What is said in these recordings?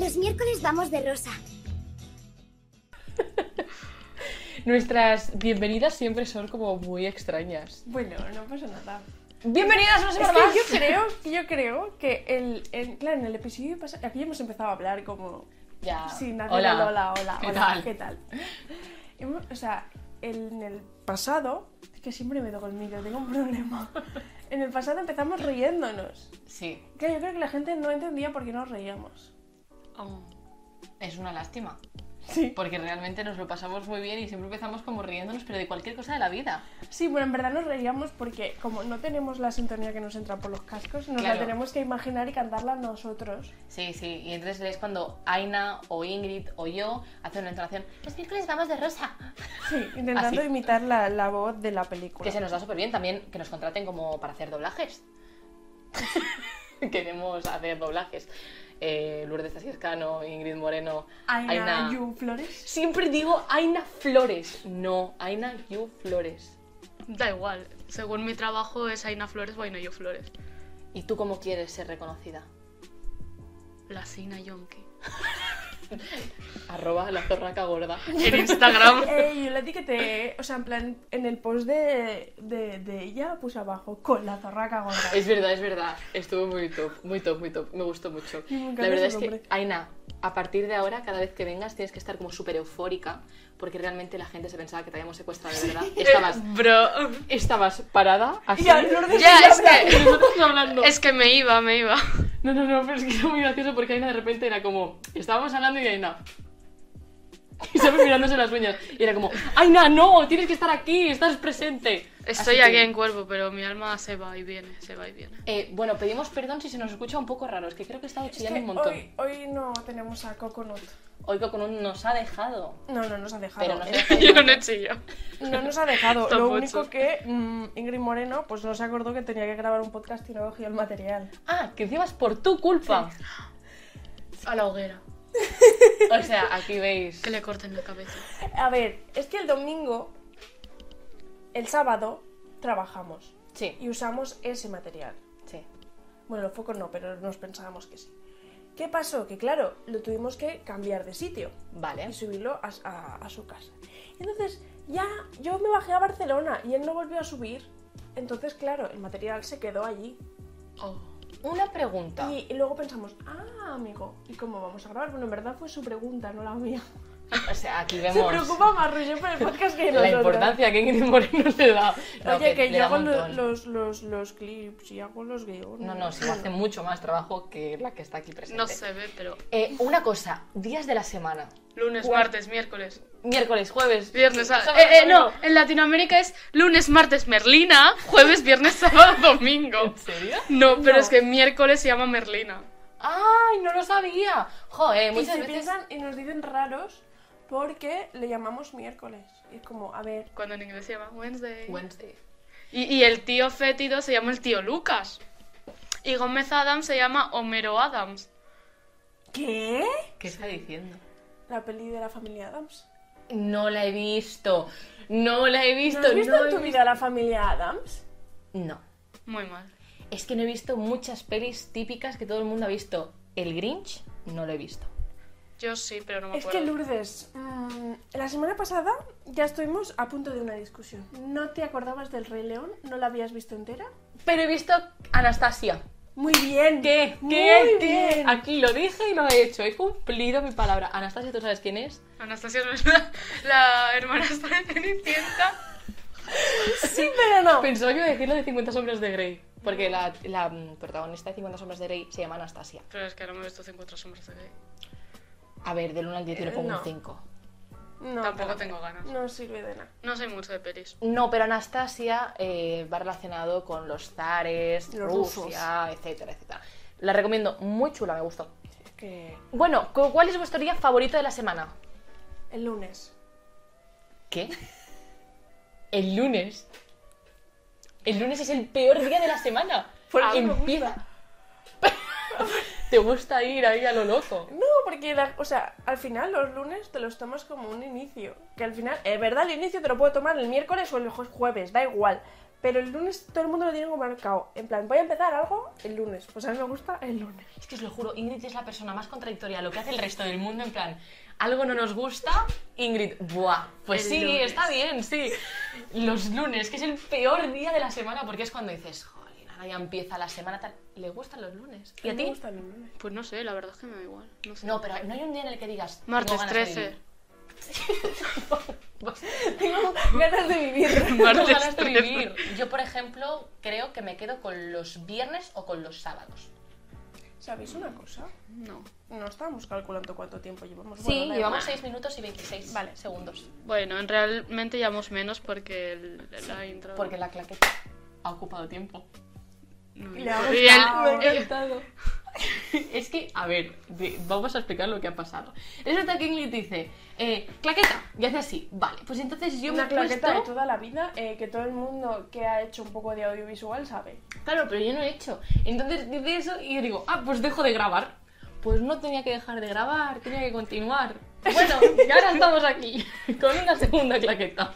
Los miércoles vamos de rosa. Nuestras bienvenidas siempre son como muy extrañas. Bueno, no pasa nada. ¡Bienvenidas a una semana Es más! que yo creo que claro, en el episodio pasado, aquí hemos empezado a hablar como... Ya. Sin hacer Hola. ¿Qué tal? O sea, en el pasado... Es que siempre me toco el micro, tengo un problema. En el pasado empezamos riéndonos. Sí. Que yo creo que la gente no entendía por qué nos reíamos. Es una lástima. Sí. Porque realmente nos lo pasamos muy bien y siempre empezamos como riéndonos, pero de cualquier cosa de la vida. Sí, bueno, en verdad nos reíamos porque como no tenemos la sintonía que nos entra por los cascos, nos la tenemos que imaginar y cantarla nosotros. Sí, sí, y entonces es cuando Aina o Ingrid o yo hacen una entonación: los miércoles vamos de rosa. Sí, intentando Así. imitar la voz de la película. Que se nos da súper bien también que nos contraten como para hacer doblajes. Queremos hacer doblajes. Lourdes Asiscano, Ingrid Moreno, Aina Yu Flores. Siempre digo Aina Flores. No, Aina Yu Flores. Da igual, según mi trabajo es Aina Flores o Aina Yo Flores. ¿Y tú cómo quieres ser reconocida? La Sina Yonki. @ la zorraca gorda. En Instagram. Yo le etiqueté, o sea, en plan, en el post de ella puse abajo, con la zorraca gorda. Es verdad. Estuvo muy top, muy top, muy top. Me gustó mucho. Y me encanta La verdad ese es que, nombre. Aina, a partir de ahora, cada vez que vengas tienes que estar como súper eufórica, porque realmente la gente se pensaba que te habíamos secuestrado de verdad. Bro. Estabas parada, así. Ya, Lourdes Ya, ya es habla. que... Y nosotros hablando. Es que me iba. No, pero es que era muy gracioso porque Aina de repente era como... Estábamos hablando y Aina... Y siempre mirándose las uñas. Y era como... Aina, no, tienes que estar aquí, estás presente. Estoy Así aquí que, en cuerpo, pero mi alma se va y viene. bueno, pedimos perdón si se nos escucha un poco raro. Es que creo que he estado Es chillando que un montón. hoy no tenemos a Coconut. Hoy Coconut nos ha dejado. No nos ha dejado. Pero nos ha dejado. Yo no he chillado. No nos ha dejado. Lo Tampoco. único que Ingrid Moreno pues no se acordó que tenía que grabar un podcast y no cogió el material. Ah, que encima es por tu culpa. A la hoguera. O sea, aquí veis. Que le corten la cabeza. A ver, es que el sábado, trabajamos Sí, y usamos ese material. sí. Bueno, los focos no, pero nos pensábamos que sí. ¿Qué pasó? Que claro, lo tuvimos que cambiar de sitio Vale. y subirlo a su casa. Entonces, ya yo me bajé a Barcelona y él no volvió a subir. Entonces, claro, el material se quedó allí. Oh. Una pregunta. Y luego pensamos, amigo, ¿y cómo vamos a grabar? Bueno, en verdad fue su pregunta, no la mía. O sea, aquí Se vemos preocupa más Roger por el podcast que la nosotros. importancia que Ingrid Moreno le da. No, Oye, que le yo da hago un montón. los clips y hago los guiones. No, sí, hace mucho más trabajo que la que está aquí presente. No se ve, pero... Una cosa, días de la semana. Lunes, martes, miércoles, Miércoles, jueves, viernes... sábado, no, domingo. en Latinoamérica es lunes, martes, Merlina, jueves, viernes, sábado, domingo. ¿En serio? No, pero No. es que miércoles se llama Merlina. ¡Ay, no lo sabía! Joder, Y muchas se veces... piensan y nos dicen raros porque le llamamos miércoles. Y es como, a ver, Cuando en inglés se llama Wednesday. Wednesday. Y el tío fétido se llama el tío Lucas. Y Gómez Adams se llama Homero Adams. ¿qué? ¿Qué está diciendo? La peli de la familia Adams. No la he visto. No la he visto. ¿No has visto no en he tu visto. vida la familia Adams? No. Muy mal. Es que no he visto muchas pelis típicas que todo el mundo ha visto. El Grinch no lo he visto. Yo sí, pero no me Es acuerdo. que Lourdes, la semana pasada ya estuvimos a punto de una discusión. ¿No te acordabas del Rey León? ¿No la habías visto entera? Pero he visto Anastasia. Muy bien. ¿Qué? Muy bien. Aquí lo dije y lo he hecho. He cumplido mi palabra. Anastasia, ¿tú sabes quién es? Anastasia no es la hermana esta de Cenicienta. Sí, pero no. Pensaba que iba a decir lo de 50 sombras de Grey. Porque la protagonista de 50 sombras de Grey se llama Anastasia. Pero es que no me he visto 50 sombras de Grey. A ver, del 1 al 10 yo le pongo no. un 5. No, Tampoco pero tengo ganas. no sirve de nada. No soy mucho de pelis. No, pero Anastasia va relacionado con los zares, Los Rusia, etcétera, etcétera. La recomiendo, muy chula, me gustó. Es que Bueno, ¿cuál es vuestro día favorito de la semana? el lunes. ¿Qué? ¿El lunes? El lunes es el peor día de la semana. Porque me Empieza. ¿Te gusta ir ahí a lo loco? No, porque, al final los lunes te los tomas como un inicio. Que al final, es verdad, el inicio te lo puedo tomar el miércoles o el jueves, da igual. Pero el lunes todo el mundo lo tiene como marcado. En plan, voy a empezar algo el lunes. Pues a mí me gusta el lunes. Es que os lo juro, Ingrid es la persona más contradictoria a lo que hace el resto del mundo, en plan, algo no nos gusta, Ingrid, ¡buah! Pues El sí, lunes. está bien, sí. Los lunes, que es el peor día de la semana, porque es cuando dices, joder, ahora ya empieza la semana tal. ¿Le gustan los lunes? ¿Y a mí me ti? gusta el lunes. Pues no sé, la verdad es que me da igual. No sé. No, pero no hay un día en el que digas, Martes tengo ganas de 13. vivir. Tengo ganas de vivir. Tengo Martes ganas de 13. vivir. Yo, por ejemplo, creo que me quedo con los viernes o con los sábados. ¿Sabéis una cosa? No. No estábamos calculando cuánto tiempo llevamos. Sí, Bueno, da llevamos igual. 6 minutos y 26 segundos. Bueno, realmente llevamos menos porque la intro... Porque la claqueta ha ocupado tiempo. No, Le ha y el- gustado. Me ha el- encantado. Es que, a ver, vamos a explicar lo que ha pasado. Resulta que Ingrid dice, claqueta, y hace así. Vale, pues entonces yo Una me he claqueta de puesto... toda la vida que todo el mundo que ha hecho un poco de audiovisual sabe. Claro, pero yo no he hecho. Entonces dice eso y yo digo, pues dejo de grabar. Pues no tenía que dejar de grabar, tenía que continuar. Bueno, y ahora estamos aquí, con una segunda claqueta.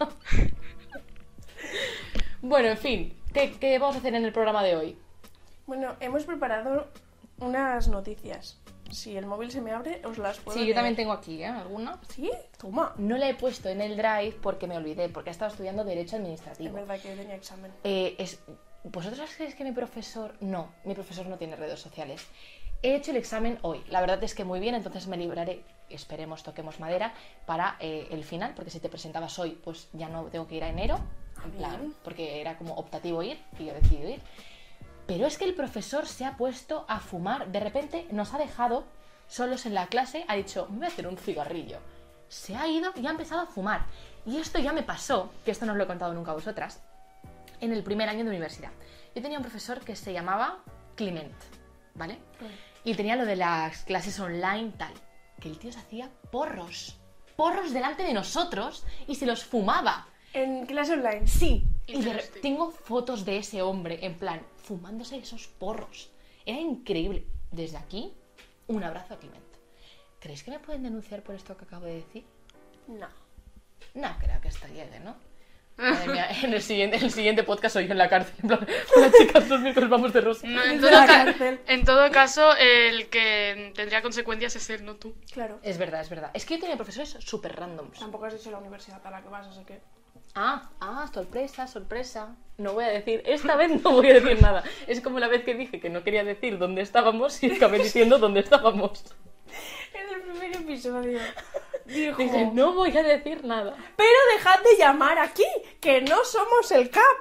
Bueno, en fin, ¿qué vamos a hacer en el programa de hoy? Bueno, hemos preparado unas noticias. Si el móvil se me abre, os las puedo Sí, yo leer. también tengo aquí, ¿Alguna? ¿Sí? Toma. No la he puesto en el Drive porque me olvidé, porque he estado estudiando Derecho Es Administrativo. verdad que tenía examen. ¿Vosotros creéis que mi profesor...? No, mi profesor no tiene redes sociales. He hecho el examen hoy. La verdad es que muy bien, entonces me libraré, esperemos, toquemos madera, para el final, porque si te presentabas hoy, pues ya no tengo que ir a enero, en plan, Bien. porque era como optativo ir, y yo he decidido ir. Pero es que el profesor se ha puesto a fumar. De repente nos ha dejado solos en la clase, ha dicho, me voy a hacer un cigarrillo. Se ha ido y ha empezado a fumar. Y esto ya me pasó, que esto no os lo he contado nunca a vosotras, en el primer año de universidad. Yo tenía un profesor que se llamaba Clement, ¿vale? Y tenía lo de las clases online, tal. Que el tío se hacía porros. Porros delante de nosotros y se los fumaba. En clase online. Sí. Y Interesting. tengo fotos de ese hombre, en plan, fumándose esos porros. Era increíble. Desde aquí, un abrazo a Clement. ¿Creéis que me pueden denunciar por esto que acabo de decir? No. No, creo que esto llegue, ¿no? Madre mía, en el siguiente podcast soy yo en la cárcel. En plan, hola chicas, los miércoles vamos de rosa. No, Desde la cárcel. en todo caso, el que tendría consecuencias es él, no tú. Claro. Es verdad, es verdad. Es que yo tenía profesores súper randoms. Tampoco has dicho la universidad a la que vas, así que... Sorpresa, sorpresa. No voy a decir, esta vez no voy a decir nada. Es como la vez que dije que no quería decir dónde estábamos y acabé diciendo dónde estábamos. En el primer episodio dijo... Dije, no voy a decir nada. Pero dejad de llamar aquí, que no somos el CAP.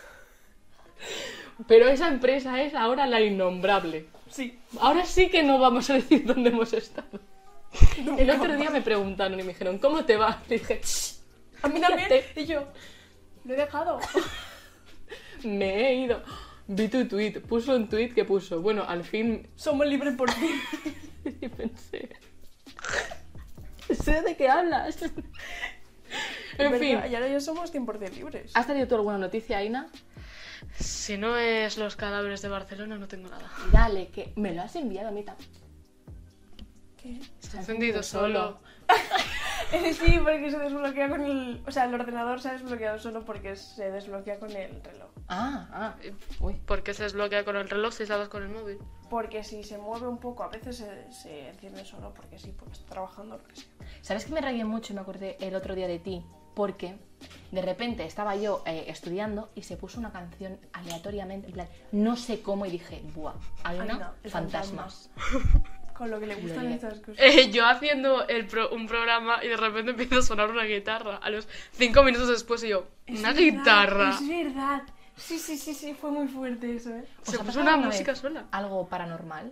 Pero esa empresa es ahora la innombrable. Sí. Ahora sí que no vamos a decir dónde hemos estado. El otro día me preguntaron y me dijeron, ¿cómo te va? Le dije, "Shh, A mí también. cállate". Y yo, lo he dejado. Me he ido. Vi tu tweet, puso un tweet que puso, bueno, al fin Somos libres por fin. y pensé, sé de qué hablas. En fin, Y ahora ya somos 100% libres. ¿has tenido tú alguna noticia, Aina? Si no es los cadáveres de Barcelona, no tengo nada. Dale, que me lo has enviado a mí también. ¿Qué? Está encendido solo. Sí, porque se desbloquea con el... O sea, el ordenador se ha desbloqueado solo porque se desbloquea con el reloj. Uy. ¿Por qué se desbloquea con el reloj si estabas con el móvil? Porque si se mueve un poco, a veces se enciende solo porque sí, porque está trabajando o lo que sea. ¿Sabes que me rayé mucho y me acordé el otro día de ti? Porque de repente estaba yo estudiando y se puso una canción aleatoriamente, en plan, no sé cómo, y dije, buah, hay Ay, una no, el fantasmas. Con lo que le gustan diré. estas cosas. Yo haciendo un programa y de repente empieza a sonar una guitarra. A los 5 minutos después y yo, Es ¿una verdad, guitarra? Es verdad. Sí, fue muy fuerte eso, ¿eh? ¿Os Se ha puso pasado una alguna música vez sola. algo paranormal?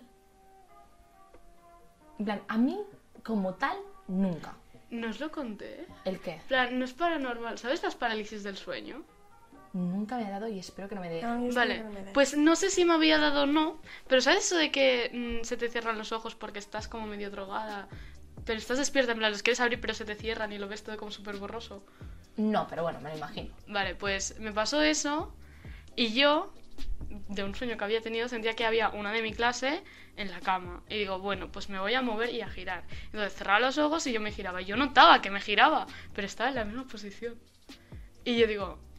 En plan, a mí, como tal, nunca. ¿No os lo conté? ¿El qué? En plan, no es paranormal. ¿Sabes las parálisis del sueño? Nunca me ha dado y espero que no me dé. A mí esto Vale, no me da. pues no sé si me había dado o no, pero ¿sabes eso de que se te cierran los ojos porque estás como medio drogada? Pero estás despierta, en plan, los quieres abrir pero se te cierran y lo ves todo como súper borroso. No, pero bueno, me lo imagino. Vale, pues me pasó eso y yo, de un sueño que había tenido, sentía que había una de mi clase en la cama. Y digo, bueno, pues me voy a mover y a girar. Entonces cerraba los ojos y yo me giraba. Yo notaba que me giraba, pero estaba en la misma posición. Y yo digo,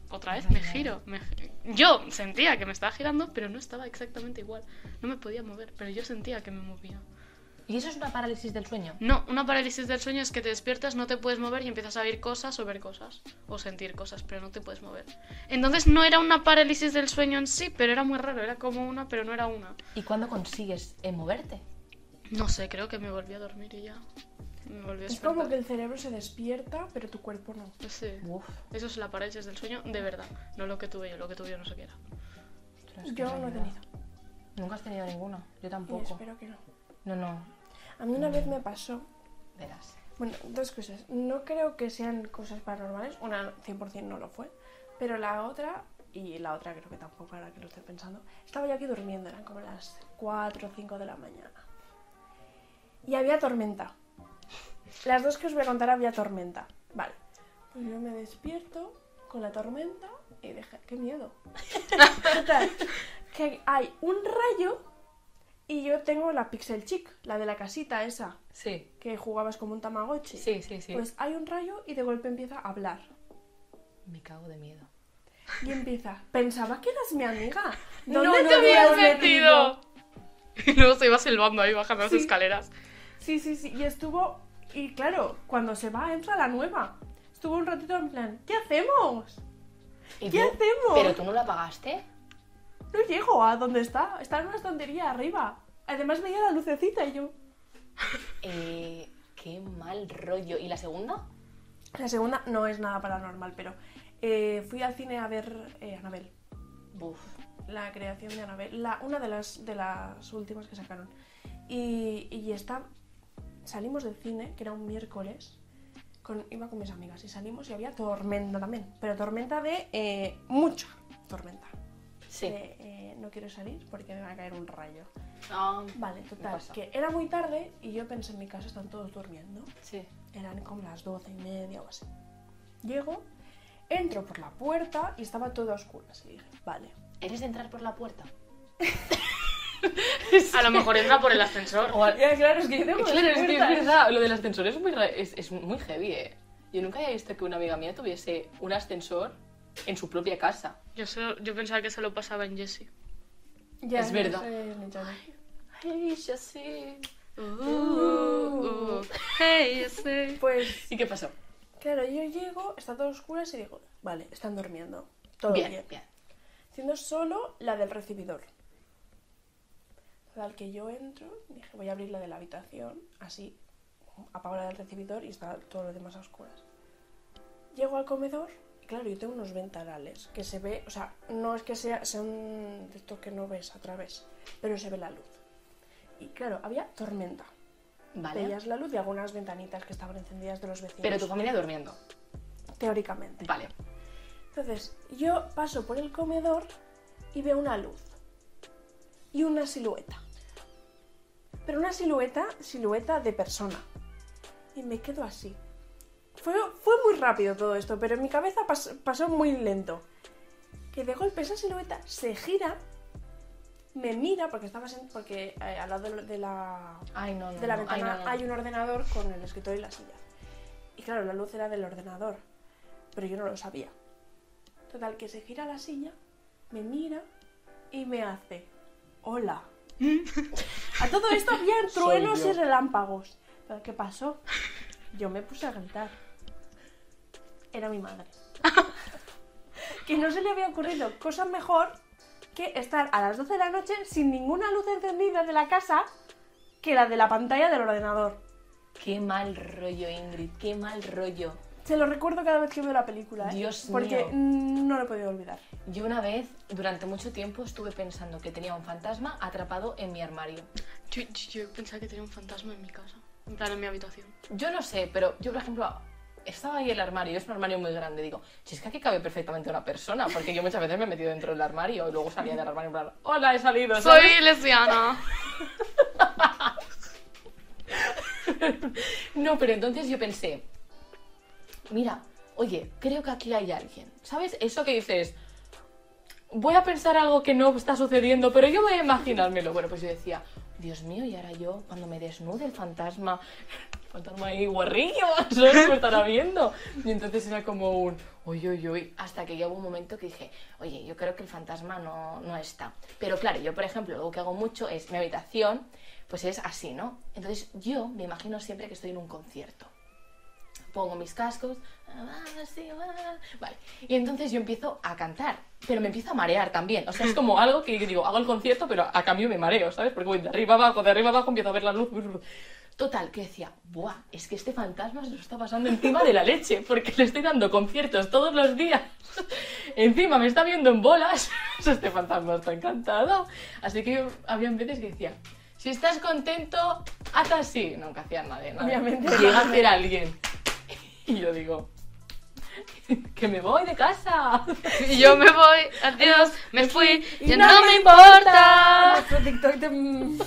otra vez me giro. Yo sentía que me estaba girando, pero no estaba exactamente igual. No me podía mover, pero yo sentía que me movía. ¿Y eso es una parálisis del sueño? No, una parálisis del sueño es que te despiertas, no te puedes mover y empiezas a oír cosas o ver cosas. O sentir cosas, pero no te puedes mover. Entonces no era una parálisis del sueño en sí, pero era muy raro. Era como una, pero no era una. ¿Y cuándo consigues moverte? No sé, creo que me volví a dormir y ya. Me volví a Es despertar. como que el cerebro se despierta, pero tu cuerpo no. Sí. Uf, Eso es la parálisis del sueño de verdad. No lo que tuve yo, lo que tuve yo no sé qué era. ostras, qué Yo no he realidad. tenido. Nunca has tenido ninguna. Yo Y tampoco. espero que no. No. A mí una vez me pasó. Verás. Bueno, dos cosas. No creo que sean cosas paranormales. Una 100% no lo fue. Pero la otra, y la otra creo que tampoco, ahora que lo estoy pensando, estaba yo aquí durmiendo, eran como las 4 o 5 de la mañana. Y había tormenta. Las dos que os voy a contar había tormenta. Vale. Pues yo me despierto con la tormenta y dije, qué miedo. Total, que hay un rayo y yo tengo la Pixel Chic, la de la casita esa, Sí. que jugabas como un Tamagotchi. Sí. Pues hay un rayo y de golpe empieza a hablar. Me cago de miedo. Y empieza, pensaba que eras mi amiga. ¿Dónde ¿Dónde te habías metido? Y luego se iba silbando ahí bajando las Sí. escaleras. Sí. Y estuvo... Y claro, cuando se va entra la nueva. Estuvo un ratito en plan, ¿qué hacemos? ¿Y ¿Qué tú? hacemos? ¿Pero tú no la apagaste? No llego a donde está. Está en una estantería arriba. Además veía la lucecita y yo... Qué mal rollo. ¿Y la segunda? La segunda no es nada paranormal, pero fui al cine a ver Annabelle. Buf. La creación de Annabelle. Una de las últimas que sacaron. Y salimos del cine, que era un miércoles, iba con mis amigas y salimos y había tormenta también. Pero tormenta de mucha tormenta. Sí. No quiero salir porque me va a caer un rayo. Ah, Vale, me total, pasa. que era muy tarde y yo pensé en mi casa están todos durmiendo. Sí. Eran como las 12:30 o así. Llego, entro por la puerta y estaba todo a oscuras. Y dije, vale. ¿Eres de entrar por la puerta? A lo mejor entra por el ascensor. O al- Ya, claro, es que yo tengo Claro, es que es puertas. verdad. Lo del ascensor es muy heavy, Yo nunca había visto que una amiga mía tuviese un ascensor en su propia casa. Yo pensaba que se lo pasaba en Jessie. Ya, Es verdad. no sé, Ay, ya sé. Hey, Jessie. Pues, ¿Y qué pasó? claro, yo llego, está todo a oscuras y digo, vale, están durmiendo. Todo bien. Bien. Siendo solo la del recibidor. Al que yo entro, dije, voy a abrir la de la habitación, así apago la del recibidor y está todo lo demás a oscuras. Llego al comedor y claro, yo tengo unos ventanales que se ve, o sea, no es que sean de estos que no ves a través, pero se ve la luz. Y claro, había tormenta. Vale. Veías la luz y algunas ventanitas que estaban encendidas de los vecinos. Pero tu familia durmiendo. Teóricamente. Vale. Entonces, yo paso por el comedor y veo una luz y una silueta. Pero una silueta de persona. Y me quedo así. Fue muy rápido todo esto, pero en mi cabeza pasó muy lento. Que de golpe esa silueta se gira, me mira, porque al lado de la Ay, no. de la no. ventana Ay, no. hay un ordenador con el escritorio y la silla. Y claro, la luz era del ordenador, pero yo no lo sabía. Total, que se gira la silla, me mira y me hace hola. A todo esto había truenos yo. y relámpagos. ¿Pero qué pasó? Yo me puse a gritar. Era mi madre. Que no se le había ocurrido cosa mejor que estar a las 12 de la noche sin ninguna luz encendida de la casa que la de la pantalla del ordenador. Qué mal rollo, Ingrid. Qué mal rollo. Se lo recuerdo cada vez que veo la película, ¿eh? Dios Porque mío. no lo he podido olvidar. Yo una vez, durante mucho tiempo, estuve pensando que tenía un fantasma atrapado en mi armario. Yo pensaba que tenía un fantasma en mi casa. En plan, en mi habitación. Yo no sé, pero yo, por ejemplo, estaba ahí el armario, es un armario muy grande, digo, si es que aquí cabe perfectamente una persona, porque yo muchas veces me he metido dentro del armario y luego salía del armario en plan, hola, he salido, ¿sabes? Soy lesbiana. No, pero entonces yo pensé, mira, oye, creo que aquí hay alguien, ¿sabes? Eso que dices, voy a pensar algo que no está sucediendo, pero yo voy a imaginármelo. Bueno, pues yo decía, Dios mío, y ahora yo, cuando me desnude el fantasma ahí guarrillo, ¿sabes? Me estará viendo. Y entonces era como un uy, uy, uy, hasta que ya hubo un momento que dije, oye, yo creo que el fantasma no está. Pero claro, yo por ejemplo, lo que hago mucho es, mi habitación, pues es así, ¿no? Entonces yo me imagino siempre que estoy en un concierto. Pongo mis cascos, vale, y entonces yo empiezo a cantar, pero me empiezo a marear también, o sea, es como algo que digo, hago el concierto, pero a cambio me mareo, ¿sabes? Porque voy de arriba abajo, empiezo a ver la luz. Total, que decía, buah, es que este fantasma se lo está pasando encima de la leche, porque le estoy dando conciertos todos los días, encima me está viendo en bolas, este fantasma está encantado. Así que yo, había veces que decía, si estás contento, haz así. Nunca hacía nada de nada. Obviamente. Llega a ser alguien. Y yo digo, que me voy de casa. Y yo me voy, adiós, me fui, ya no me importa. Nuestro TikTok de...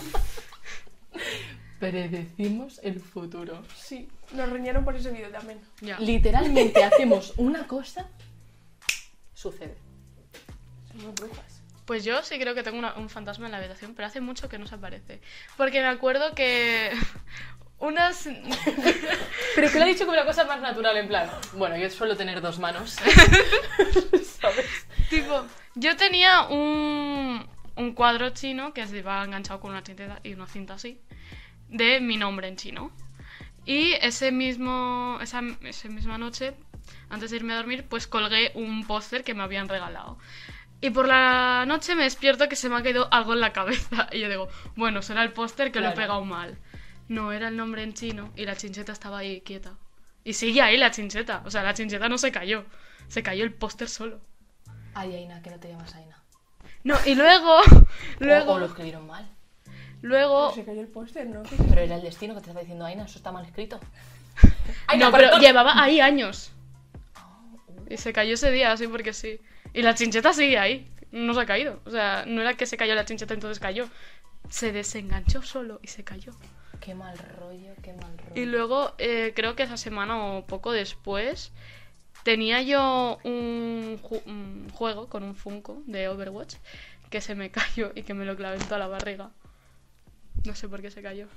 Predecimos el futuro. Sí, nos riñeron por ese vídeo también. Ya. Literalmente hacemos una cosa, sucede. Somos brujas. Pues yo sí creo que tengo un fantasma en la habitación, pero hace mucho que no se aparece. Porque me acuerdo que unas... Pero que lo ha dicho como una cosa más natural, en plan, bueno, yo suelo tener 2 manos. ¿Sabes? Tipo, yo tenía un cuadro chino que se iba enganchado con una tinta y una cinta así, de mi nombre en chino. Y esa misma noche, antes de irme a dormir, pues colgué un póster que me habían regalado. Y por la noche me despierto que se me ha caído algo en la cabeza. Y yo digo, bueno, será el póster que lo he pegado mal. No, era el nombre en chino y la chincheta estaba ahí quieta. Y sigue ahí la chincheta. O sea, la chincheta no se cayó. Se cayó el póster solo. Ay, Aina, que no te llamas Aina. No, y luego... O lo escribieron mal. Luego... Se cayó el póster, ¿no? Pero era el destino que te está diciendo Aina, eso está mal escrito. No, pero llevaba ahí años. Y se cayó ese día, así porque sí. Y la chincheta sigue ahí. No se ha caído. O sea, no era que se cayó la chincheta entonces cayó. Se desenganchó solo y se cayó. Qué mal rollo, qué mal rollo. Y luego, creo que esa semana o poco después, tenía yo un juego con un Funko de Overwatch que se me cayó y que me lo clavé en toda la barriga. No sé por qué se cayó.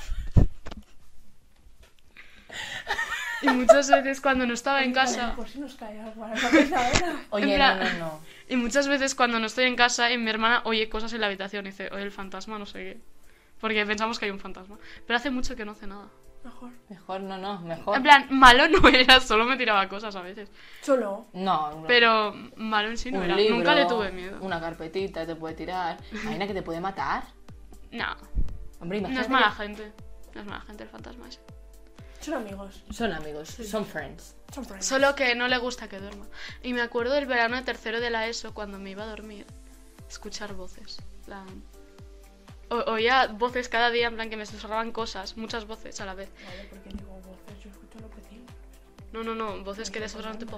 Y muchas veces cuando no estaba en casa... Por si nos cae algo a la cabeza ahora. Oye, en plan- no. Y muchas veces cuando no estoy en casa y mi hermana oye cosas en la habitación y dice, oye, el fantasma, no sé qué. Porque pensamos que hay un fantasma. Pero hace mucho que no hace nada. Mejor mejor. En plan, malo no era, solo me tiraba cosas a veces. Solo. No, Pero malo en sí no un era. libro, Nunca le tuve miedo. una carpetita te puede tirar. Aina, que te puede matar. No, Hombre, no imagínate. es mala gente. No es mala gente el fantasma ese. Son amigos. Son amigos, son friends. Son friends. Solo que no le gusta que duerma. Y me acuerdo del verano de tercero de la ESO, cuando me iba a dormir, escuchar voces. En plan, oía voces cada día, en plan que me susurraban cosas, muchas voces a la vez. Vale, porque digo voces, yo escucho los vecinos. No, voces que te susurran tipo...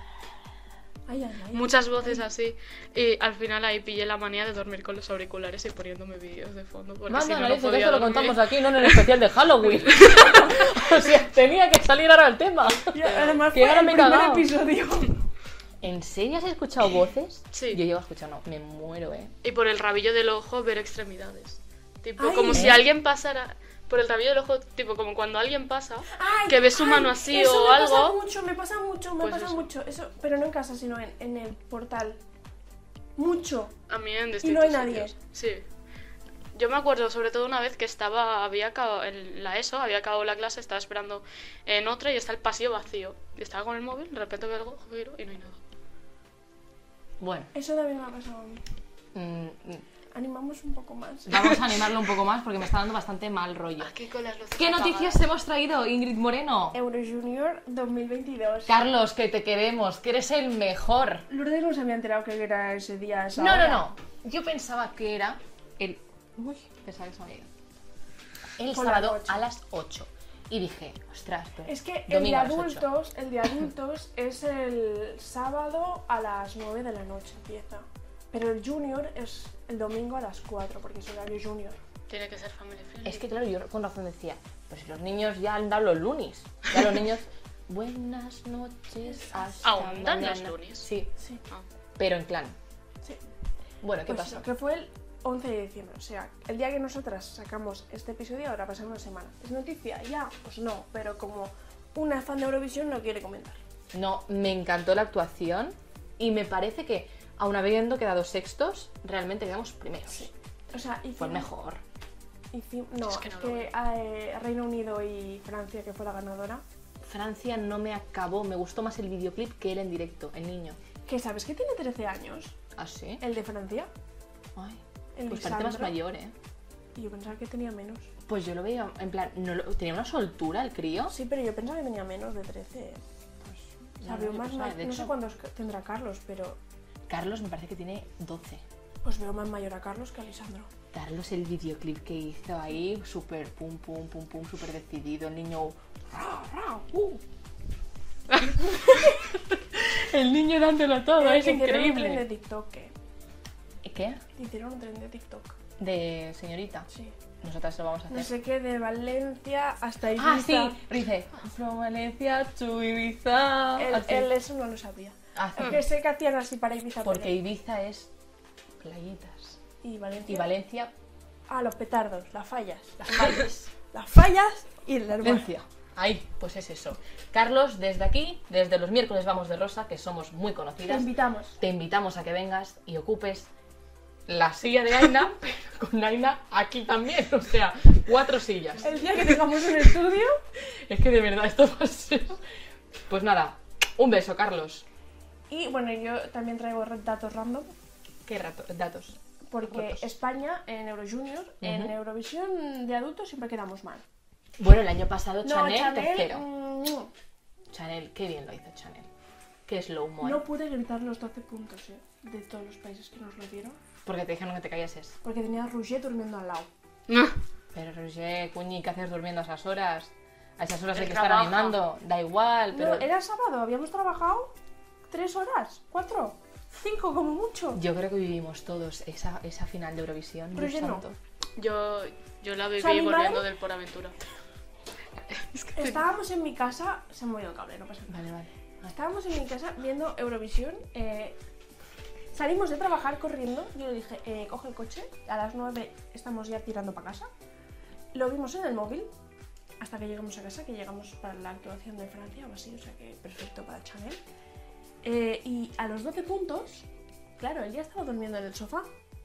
Ay. Muchas voces así. Y al final ahí pillé la manía de dormir con los auriculares y poniéndome vídeos de fondo. Porque si no, no podía eso lo dormir. contamos aquí, no en el especial de Halloween. O sea, tenía que salir ahora el tema. Y además Que fue ahora el me he primer cagado. episodio. ¿En serio has escuchado voces? Sí. Yo llevo escuchando, me muero, Y por el rabillo del ojo ver extremidades. Tipo, Ay, como ¿eh? si alguien pasara... Por el rabillo del ojo, tipo, como cuando alguien pasa, Ay, que ves su mano así eso o me algo. me pasa mucho, Pues eso. Eso, pero no en casa, sino en el portal. Mucho. A mí en Y distintos no hay nadie. sitios. Sí. Yo me acuerdo sobre todo una vez que había acabado en la ESO, había acabado la clase, estaba esperando en otra y está el pasillo vacío. Y estaba con el móvil, de repente veo algo, giro y no hay nada. Bueno, Eso también me ha pasado a mí. Animamos un poco más. vamos a animarlo un poco más porque me está dando bastante mal rollo. Aquí con las luces ¿Qué apagadas. noticias hemos traído, Ingrid Moreno? Euro Junior 2022. Carlos, que te queremos, que eres el mejor. Lourdes no se había enterado que era ese día, esa No. hora. Yo pensaba que era el... Uy, pensaba que se me había ido. El Por la sábado noche. a las 8. Y dije, ostras, pero Es que domingo a las 8. el de adultos es el sábado a las 9 de la noche empieza. Pero el junior es el domingo a las 4 porque es horario junior. Tiene que ser family friendly. Es que claro, yo con razón decía, pues los niños ya han dado los lunes. Ya los niños, buenas noches, hasta ¿Aún dan mañana. los lunes? Sí, Sí, Ah. pero en clan. sí. Bueno, ¿qué Pues pasó? eso, que fue 11 de diciembre. O sea, el día que nosotras sacamos este episodio habrá pasado una semana. ¿Es noticia? Ya, pues no. Pero como una fan de Eurovisión no quiere comentar. No, me encantó la actuación y me parece que, aun habiendo quedado sextos, realmente quedamos primeros. Sí. O sea, Fue el mejor. No, Es es que no que Reino Unido y Francia, que fue la ganadora. Francia no me acabó, me gustó más el videoclip que él en directo, el niño. ¿Que sabes que tiene 13 años? ¿Ah, sí? El de Francia. Ay, El pues parece más Lisandro. mayor, ¿eh? Y yo pensaba que tenía menos. Pues yo lo veía, en plan, tenía una soltura el crío. Sí, pero yo pensaba que tenía menos de 13. Pues, O sea, no, veo yo más pensaba, de no sé hecho, cuántos tendrá Carlos, pero Carlos me parece que tiene 12. pues veo más mayor a Carlos que a Lisandro. Carlos, el videoclip que hizo ahí, súper pum, pum, pum, pum, súper decidido, el niño... El niño dándolo todo, es Te hicieron un tren de increíble. TikTok, ¿eh? ¿Qué? Te hicieron un tren de TikTok. De señorita. Sí. Nosotras lo vamos a hacer. No sé qué, de Valencia hasta Ibiza. Ah, sí, dice From Valencia to Ibiza. Así. Él eso no lo sabía. Ah, sí. Que sé que hacían así para Ibiza. Porque pero- Ibiza es playitas. Y Valencia. Y Valencia, Ah, los petardos, las fallas. las fallas. Las fallas y el hermano. Valencia. Ahí, pues es eso. Carlos, desde aquí, desde los miércoles vamos de rosa, que somos muy Te conocidas, invitamos. te invitamos a que vengas y ocupes la silla de Aina, pero con Aina aquí también. O sea, 4 sillas. El día que tengamos un estudio. Es que de verdad esto va a ser... Pues nada, un beso, Carlos. Y bueno, yo también traigo datos random. ¿Qué datos? Porque Datos. España en Eurojunior, en Eurovisión de adultos siempre quedamos mal. Bueno, el año pasado No, Chanel, tercero. mm, Chanel, qué bien lo hizo Chanel. Qué slow mo. no pude gritar los 12 puntos de todos los países que nos lo dieron. Porque te dijeron que te callases. Porque tenía a Roger durmiendo al lado. Pero Roger, Cuñi, ¿qué haces durmiendo a esas horas? A esas horas hay Él que estar trabaja. animando. Da igual, pero... No, era sábado, habíamos trabajado 3 horas, 4, 5 como mucho. Yo creo que vivimos todos esa final de Eurovisión. Pero Dios yo no. santo. Yo la viví sea, mi volviendo madre- del Por Aventura. Estábamos en mi casa, se me ha movido el cable, no pasa nada. Vale, vale. Estábamos en mi casa viendo Eurovisión. Salimos de trabajar corriendo. Yo le dije, coge el coche. A las 9 estamos ya tirando para casa. Lo vimos en el móvil hasta que llegamos a casa, que llegamos para la actuación de Francia o así, o sea que perfecto para Chanel. Y a los 12 puntos, claro, él ya estaba durmiendo en el sofá.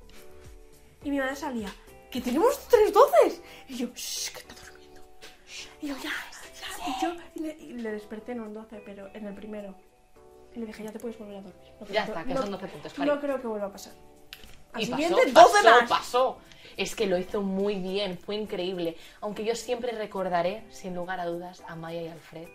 Y mi madre salía, ¡que tenemos 3 doces! Y yo, ¡shh! Que está durmiendo. Y yo, ya. Y yo y le desperté en un 12, pero en el primero. Y le dije, ya te puedes volver a dormir. No Ya creo- está, que no- son 12 puntos, Cari. No creo que vuelva a pasar. Al Y siguiente, pasó, 12 pasó, más. pasó. Es que lo hizo muy bien, fue increíble. Aunque yo siempre recordaré, sin lugar a dudas, a Maya y Alfred.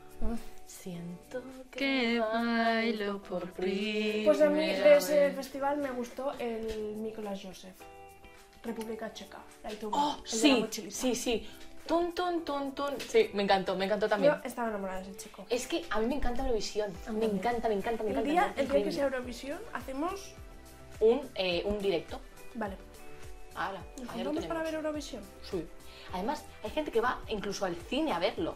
Siento que Que bailo bailo por por primera Pues a mí de ese vez. festival me gustó el Mikolas Joseph. República Checa. La YouTube, Oh, el de la sí, mochilita. sí, sí. Tun, tun, tun, tun. Sí, me encantó también. Yo estaba enamorada de ese chico. Es que a mí me encanta Eurovisión. A mí Me también. encanta, me encanta, me El encanta. día, me parece el día que increíble. sea Eurovisión, hacemos... Un directo. Vale. Ahora, ¿Nos ahí lo juntamos para ver tenemos. Eurovisión? Sí. Además, hay gente que va incluso al cine a verlo.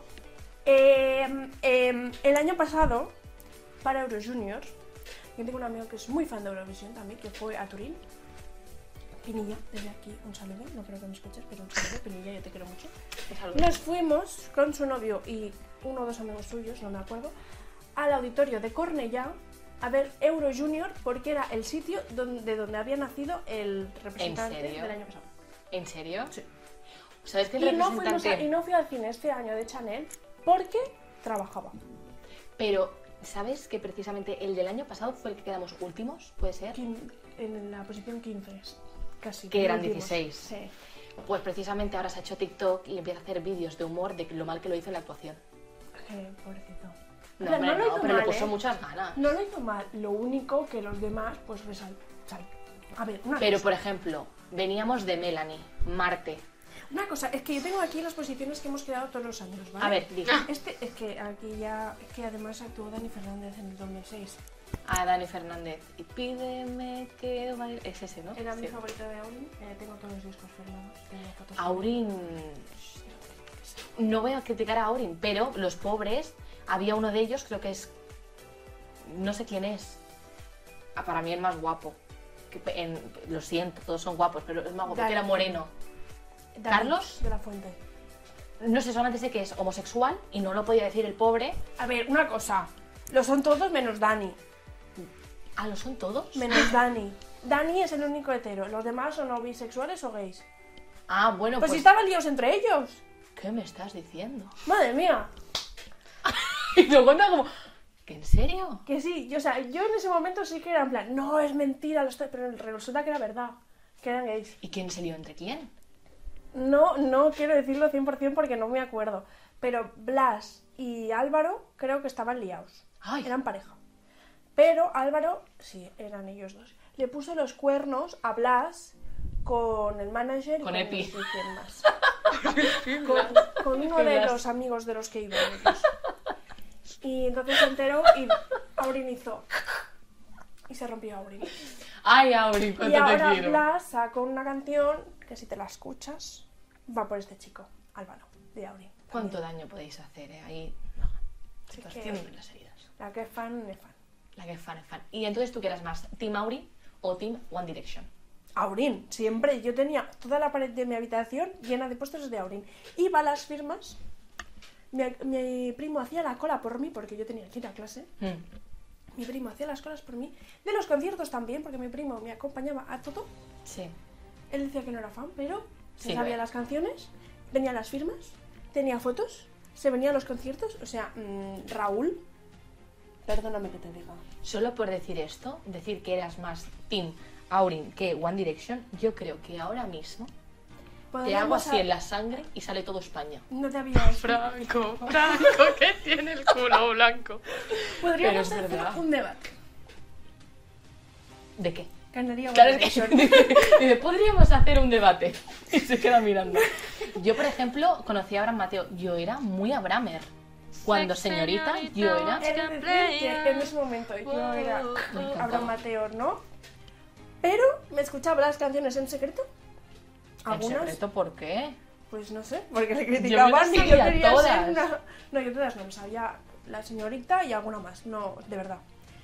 El año pasado, para Eurojunior, yo tengo un amigo que es muy fan de Eurovisión también, que fue a Turín. Pinilla, desde aquí un saludo, no creo que me escuches, pero un saludo, Pinilla, yo te quiero mucho. Un saludo. Nos fuimos con su novio y uno o dos amigos suyos, no me acuerdo, al auditorio de Cornellá a ver Eurojunior porque era el sitio de donde había nacido el representante serio? del año pasado. ¿En serio? Sí. ¿Sabes que el Y no, representante... y no fui al cine este año de Chanel porque trabajaba. Pero, ¿sabes que precisamente el del año pasado fue el que quedamos últimos? ¿Puede ser? En la posición 15, casi. Que eran últimos. 16. Sí. Pues precisamente ahora se ha hecho TikTok y empieza a hacer vídeos de humor de lo mal que lo hizo en la actuación. Pobrecito. No, O sea, hombre, no lo hizo pero mal, le puso ¿eh? muchas ganas. No lo hizo mal, lo único que los demás pues resaltan. A ver, Pero, por ejemplo, veníamos de Melanie, Marte. una cosa, es que yo tengo aquí las posiciones que hemos quedado todos los años, ¿vale? A ver, di. Este, es que aquí ya, es que además actuó Dani Fernández en el 2006. A Dani Fernández. Y pídeme que baile... Es ese, ¿no? Era mi Sí. favorita de Aurin, tengo todos los discos firmados, tengo fotos. Aurin... No voy a criticar a Aurin, pero los pobres, había uno de ellos, creo que es... No sé quién es. Para mí el más guapo. lo siento, todos son guapos, pero es más guapo Dani. que era moreno. Dani ¿Carlos? de la Fuente. No sé, solamente sé que es homosexual y no lo podía decir el pobre. A ver, una cosa. Lo son todos menos Dani. Ah, ¿lo son todos? Menos Dani. Dani es el único hetero. Los demás son o bisexuales o gays. Ah, bueno, Pues pues... si estaban líos entre ellos. ¿Qué me estás diciendo? Madre mía. Y lo cuenta como... ¿Que en serio? Que sí, yo en ese momento sí que era en plan, no, es mentira, pero resulta que era verdad. Que eran gays. ¿Y quién se lió entre quién? No quiero decirlo 100% porque no me acuerdo. Pero Blas y Álvaro creo que estaban liados. Ay. Eran pareja. Pero Álvaro, sí, eran ellos dos. Le puso los cuernos a Blas con el manager y Con Epi. no sé quién más. con uno de Blas. los amigos de los que iban ellos. Y entonces se enteró y Aurin hizo... Y se rompió Aurin. Ay, Auri, cuánto Y te ahora quiero. Blas sacó una canción que si te la escuchas va por este chico, Álvaro, de Aurin. ¿Cuánto daño podéis hacer, Ahí... No. Sí Estás que- haciendo las heridas. La que es fan, es fan. La que es fan, es fan. ¿Y entonces tú qué eras más? ¿Team Auri o Team One Direction? Aurin, siempre. Yo tenía toda la pared de mi habitación llena de pósters de Aurin. Iba a las firmas. Mi primo hacía la cola por mí porque yo tenía que ir a clase. Mi primo hacía las colas por mí. De los conciertos también, porque mi primo me acompañaba a todo. Sí. Él decía que no era fan, pero se Sí, sabía lo las canciones, venía a las firmas, tenía fotos, se venía a los conciertos. O sea, Raúl, perdóname que te diga. Solo por decir esto, decir que eras más Team Aurin que One Direction, yo creo que ahora mismo te hago Podríamos así en la sangre y sale todo España. No te había... Franco, que tiene el culo blanco. Podríamos Pero es hacer verdad. un debate. ¿De qué? Ganaría One Claro, es que Direction. dice, podríamos hacer un debate. Y se queda mirando. Yo, por ejemplo, conocí a Abraham Mateo. Yo era muy Abramer. Cuando señorita, yo era... He de decir que en ese momento yo era Me encantaba. Abraham Mateo, ¿no? Pero me escuchaba las canciones en secreto. ¿En Algunas, secreto por qué? pues no sé, porque le Yo me criticaban las y yo sabía quería todas. ser una... No, yo todas no, me sabía la señorita y alguna más. No, de verdad.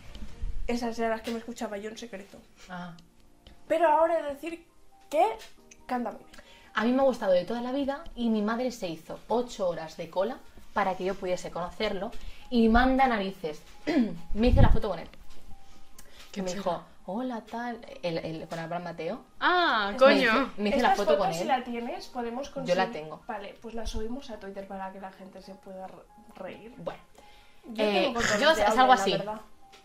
Esas eran las que me escuchaba yo en secreto. Ah. Pero ahora he de decir que canta muy bien. A mí me ha gustado de toda la vida y mi madre se hizo 8 horas de cola para que yo pudiese conocerlo y manda narices. Me hice la foto con él. Que me dijo, hola tal, con Abraham Mateo. Ah, Es coño. Me hice la Estas foto fotos, con si él. la tienes, podemos conseguir... Yo la tengo. Vale, pues la subimos a Twitter para que la gente se pueda reír. Bueno, Yo tengo control yo de es audio, algo la así. verdad.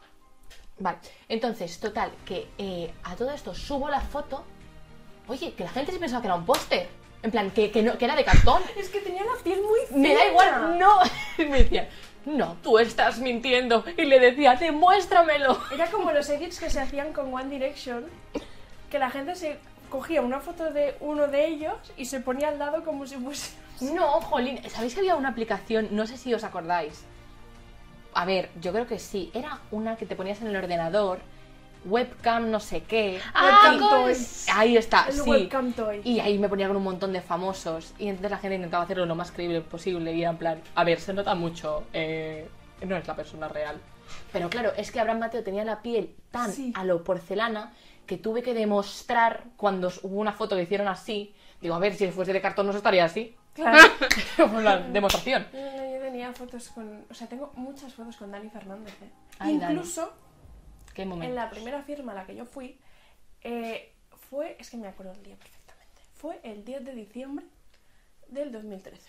Vale, entonces, total, que a todo esto subo la foto. Oye, que la gente se pensaba que era un póster. En plan, que, no, que era de cartón. Es que tenía la piel muy fina. Me da igual, no. Y me decía, no, tú estás mintiendo. Y le decía, demuéstramelo. Era como los edits que se hacían con One Direction, que la gente se cogía una foto de uno de ellos y se ponía al lado como si fuese... No, jolín, ¿sabéis que había una aplicación? No sé si os acordáis. A ver, yo creo que sí. Era una que te ponías en el ordenador, webcam no sé qué. Webcam Y- toy. Ahí está, El sí. webcam toy. Y ahí me ponía con un montón de famosos. Y entonces la gente intentaba hacerlo lo más creíble posible. Y era en plan, a ver, se nota mucho. No es la persona real. Pero claro, es que Abraham Mateo tenía la piel tan Sí. a lo porcelana que tuve que demostrar cuando hubo una foto que hicieron así. Digo, a ver, si fuese de cartón no se estaría así. Claro. Fue una demostración. No, yo tenía fotos con... O sea, tengo muchas fotos con Dani Fernández, ¿eh? Ay, Dani. Incluso Qué momento. en la primera firma a la que yo fui, fue... Es que me acuerdo el día perfectamente. Fue el 10 de diciembre del 2013.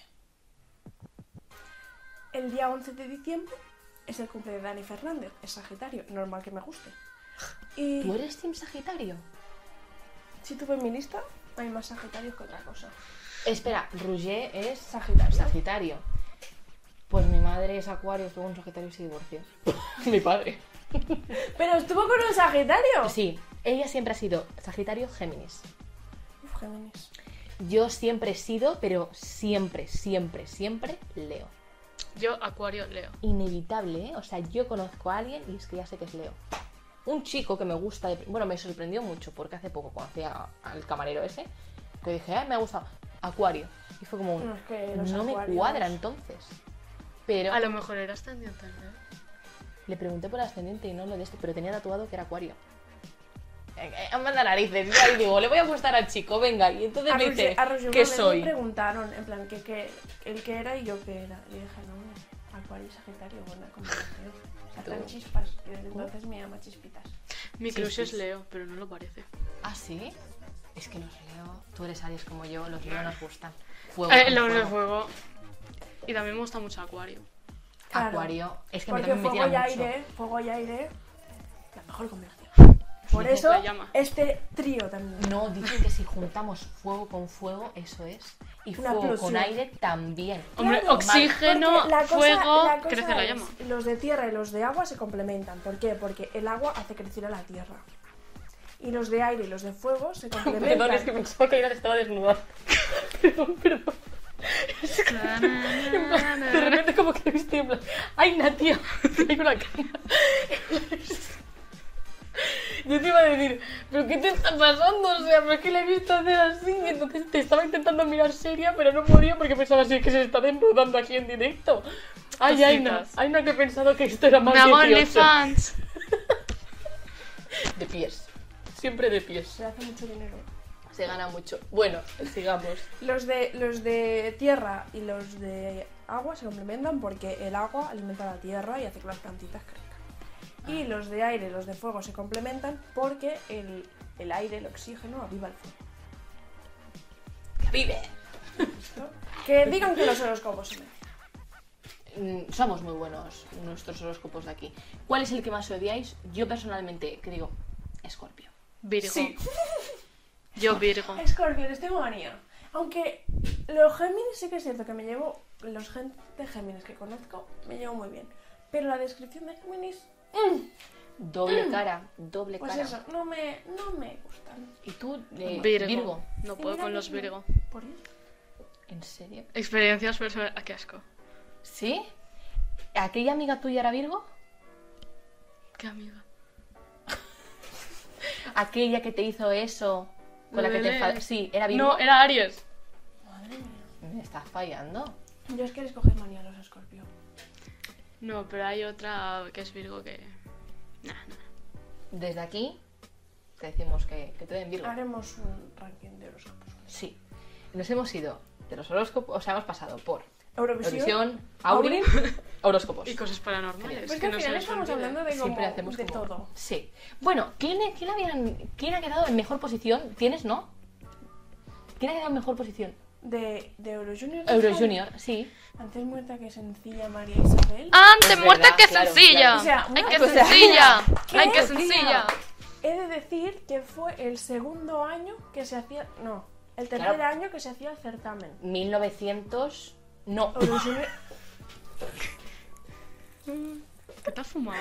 El día 11 de diciembre es el cumple de Dani Fernández. Es Sagitario, normal que me guste. Y ¿Tú eres Team Sagitario? si tuve en mi lista, hay más Sagitarios que otra cosa. Espera, Roger es Sagitario. Sagitario. Pues mi madre es Acuario, estuvo con Sagitario y se divorció. Mi padre. ¡Pero estuvo con un Sagitario! Sí, ella siempre ha sido Sagitario Géminis. Uf, Géminis. Yo siempre he sido, pero siempre Leo. Yo, Acuario, Leo. Inevitable, ¿eh? O sea, yo conozco a alguien y es que ya sé que es Leo. Un chico que me gusta, bueno, me sorprendió mucho porque hace poco conocí al camarero ese, que dije, ay, me ha gustado, Acuario. Y fue como, No, es que los no me acuarios- cuadra entonces. Pero A lo mejor era ascendiente, ¿no? le pregunté por el ascendente y no lo de esto, pero tenía tatuado que era Acuario. manda narices. Y ahí digo, le voy a apostar al chico, venga. Y entonces me dice, ¿qué soy? Me preguntaron, en plan, el que era y yo qué era. Y dije, no, Acuario y Sagitario, buena combinación. Saltan chispas, y desde entonces me llama Chispitas. Mi crush es Leo, pero no lo parece. ¿Ah, sí? Es que los Leo, tú eres Aries como yo, los Leo nos gustan. Fuego, Los de fuego. Y también me gusta mucho Acuario. Claro, Acuario, es que porque me tira mucho. fuego y aire, la mejor combinación. Por Dicen eso, la llama. este trío también. No, dicen que si juntamos fuego con fuego, eso es. Y Una fuego explosión. con aire también. Hombre, Claro, oxígeno, porque la cosa- fuego, la cosa crece la es, llama. Los de tierra y los de agua se complementan. ¿Por qué? Porque el agua hace crecer a la tierra. Y los de aire y los de fuego se complementan. Perdón, es que pensaba que Aira estaba desnuda. Perdón. De repente como que he visto en plan, ¡ay, Natia! Hay una cama. Yo te iba a decir, ¿pero qué te está pasando? O sea, ¿pero es que la he visto hacer así? Y entonces te estaba intentando mirar seria, pero no podía porque pensaba así que se está desnudando aquí en directo. Ay, Aina, que he pensado que esto era más Me hago 18. OnlyFans. De pies. Siempre de pies. Se hace mucho dinero. Se gana mucho. Bueno, sigamos. Los de tierra y los de agua se complementan porque el agua alimenta la tierra y hace que las plantitas crezcan. Y los de aire y los de fuego se complementan porque el aire, el oxígeno, aviva el fuego. ¡Que vive! ¿No? Que digan que los horóscopos se merecen. Somos muy buenos nuestros horóscopos de aquí. ¿Cuál es el que más odiáis? Yo personalmente, que digo, Escorpio. Virgo. Sí. Yo Virgo. Escorpio, les tengo manía. Aunque los Géminis sí que es cierto que me llevo, los gente de Géminis que conozco, me llevo muy bien. Pero la descripción de Géminis, Doble cara. pues cara. eso, no me gustan. ¿Y tú, Virgo. No Y puedo mira con que los me- Virgo. ¿Por qué? ¿En serio? Experiencias personales. ¡Qué asco! ¿Sí? ¿Aquella amiga tuya era Virgo? ¡Qué amiga! ¿Aquella que te hizo eso? Con la que te Belén. enfadaste. Sí, era Virgo. No, era Aries. Madre mía. Me estás fallando. Yo es que les coges manía a los Escorpio. No, pero hay otra que es Virgo que... Nah. Desde aquí te decimos que te den Virgo. Haremos un ranking de horóscopos. Sí. Nos hemos ido de los horóscopos, o sea, hemos pasado por Eurovisión. Aurin, horóscopos. Y cosas paranormales. Pues que que al no se final nos estamos olvide. hablando de, Siempre como, hacemos de como... todo. Sí. Bueno, ¿quién ha quedado en mejor posición? ¿Tienes, no? ¿Quién ha quedado en mejor posición? De Eurojunior. Eurojunior, sí. Antes muerta que sencilla María Isabel. ¡Antes Es muerta verdad, que claro, sencilla! claro. O sea, ¡Ay, una qué cosa- sencilla! ¿Qué? ¡Ay, qué Tía. sencilla! He de decir que fue el segundo año que se hacía... No, el tercer Claro. año que se hacía el certamen. 1900... No. Eurojunior... ¿Qué te has fumado?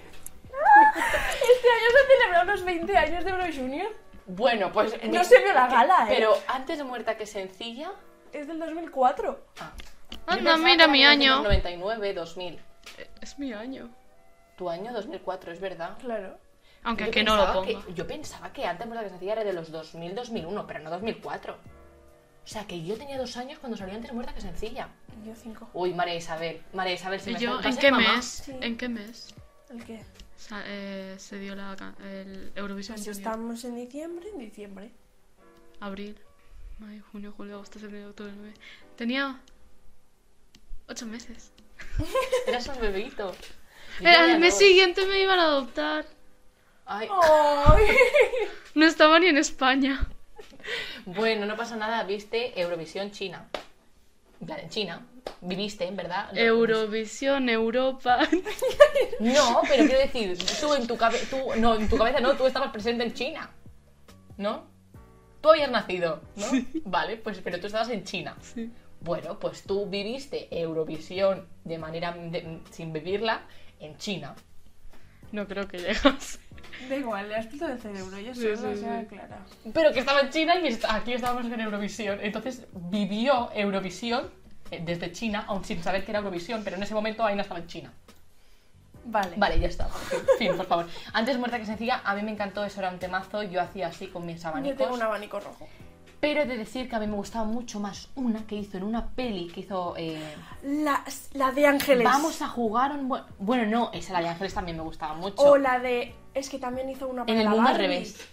Este año se celebraron los 20 años de Eurojunior. Bueno, pues... No se vio la gala, ¿eh? Pero antes de muerta que sencilla... Es del 2004. Anda, mira mi año. 99, 2000. Es mi año. Tu año 2004, es verdad. Claro. Aunque Yo aquí no lo pensaba ponga. yo pensaba que antes muerta que sencilla era de los 2000, 2001, pero no 2004. O sea, que yo tenía 2 años cuando salió antes muerta que sencilla. Y yo 5. Uy, María Isabel, se ¿Y me yo está- en ¿vas a qué ser mamá? mes? Sí. ¿En qué mes ¿El qué? se dio el Eurovisión Pues Junior? estamos en diciembre. Abril, mayo, junio, julio, agosto, septiembre, octubre, noviembre. Tenía 8 meses. Eras un bebito. Yo tenía Al mes 2. siguiente me iban a adoptar. Ay, ¡Ay! No estaba ni en España. bueno, no pasa nada, viste Eurovisión China. En plan, en China. Viviste, en verdad. Eurovisión, Europa. No, pero quiero decir, tú en tu cabeza, en tu cabeza no, tú estabas presente en China. ¿No? Tú habías nacido, ¿no? Vale, pues pero tú estabas en China. Sí. Bueno, pues tú viviste Eurovisión de manera sin vivirla en China. No creo que llegas. Da igual, le has puesto el cerebro, ya Sí, solo sí, sea sí. clara. Pero que estaba en China y aquí estábamos en Eurovisión. Entonces vivió Eurovisión desde China, aun sin saber que era Eurovisión, pero en ese momento Aina estaba en China. Vale. Vale, ya está. Fin, por favor. Antes muerta que sencilla, a mí me encantó, eso era un temazo, yo hacía así con mis Yo abanicos. tengo un abanico rojo. Pero he de decir que a mí me gustaba mucho más una que hizo en una peli que hizo... La de Ángeles. Vamos a jugar un... Bueno, no, esa la de Ángeles también me gustaba mucho. O la de... Es que también hizo una En para el la mundo al Barbie. revés.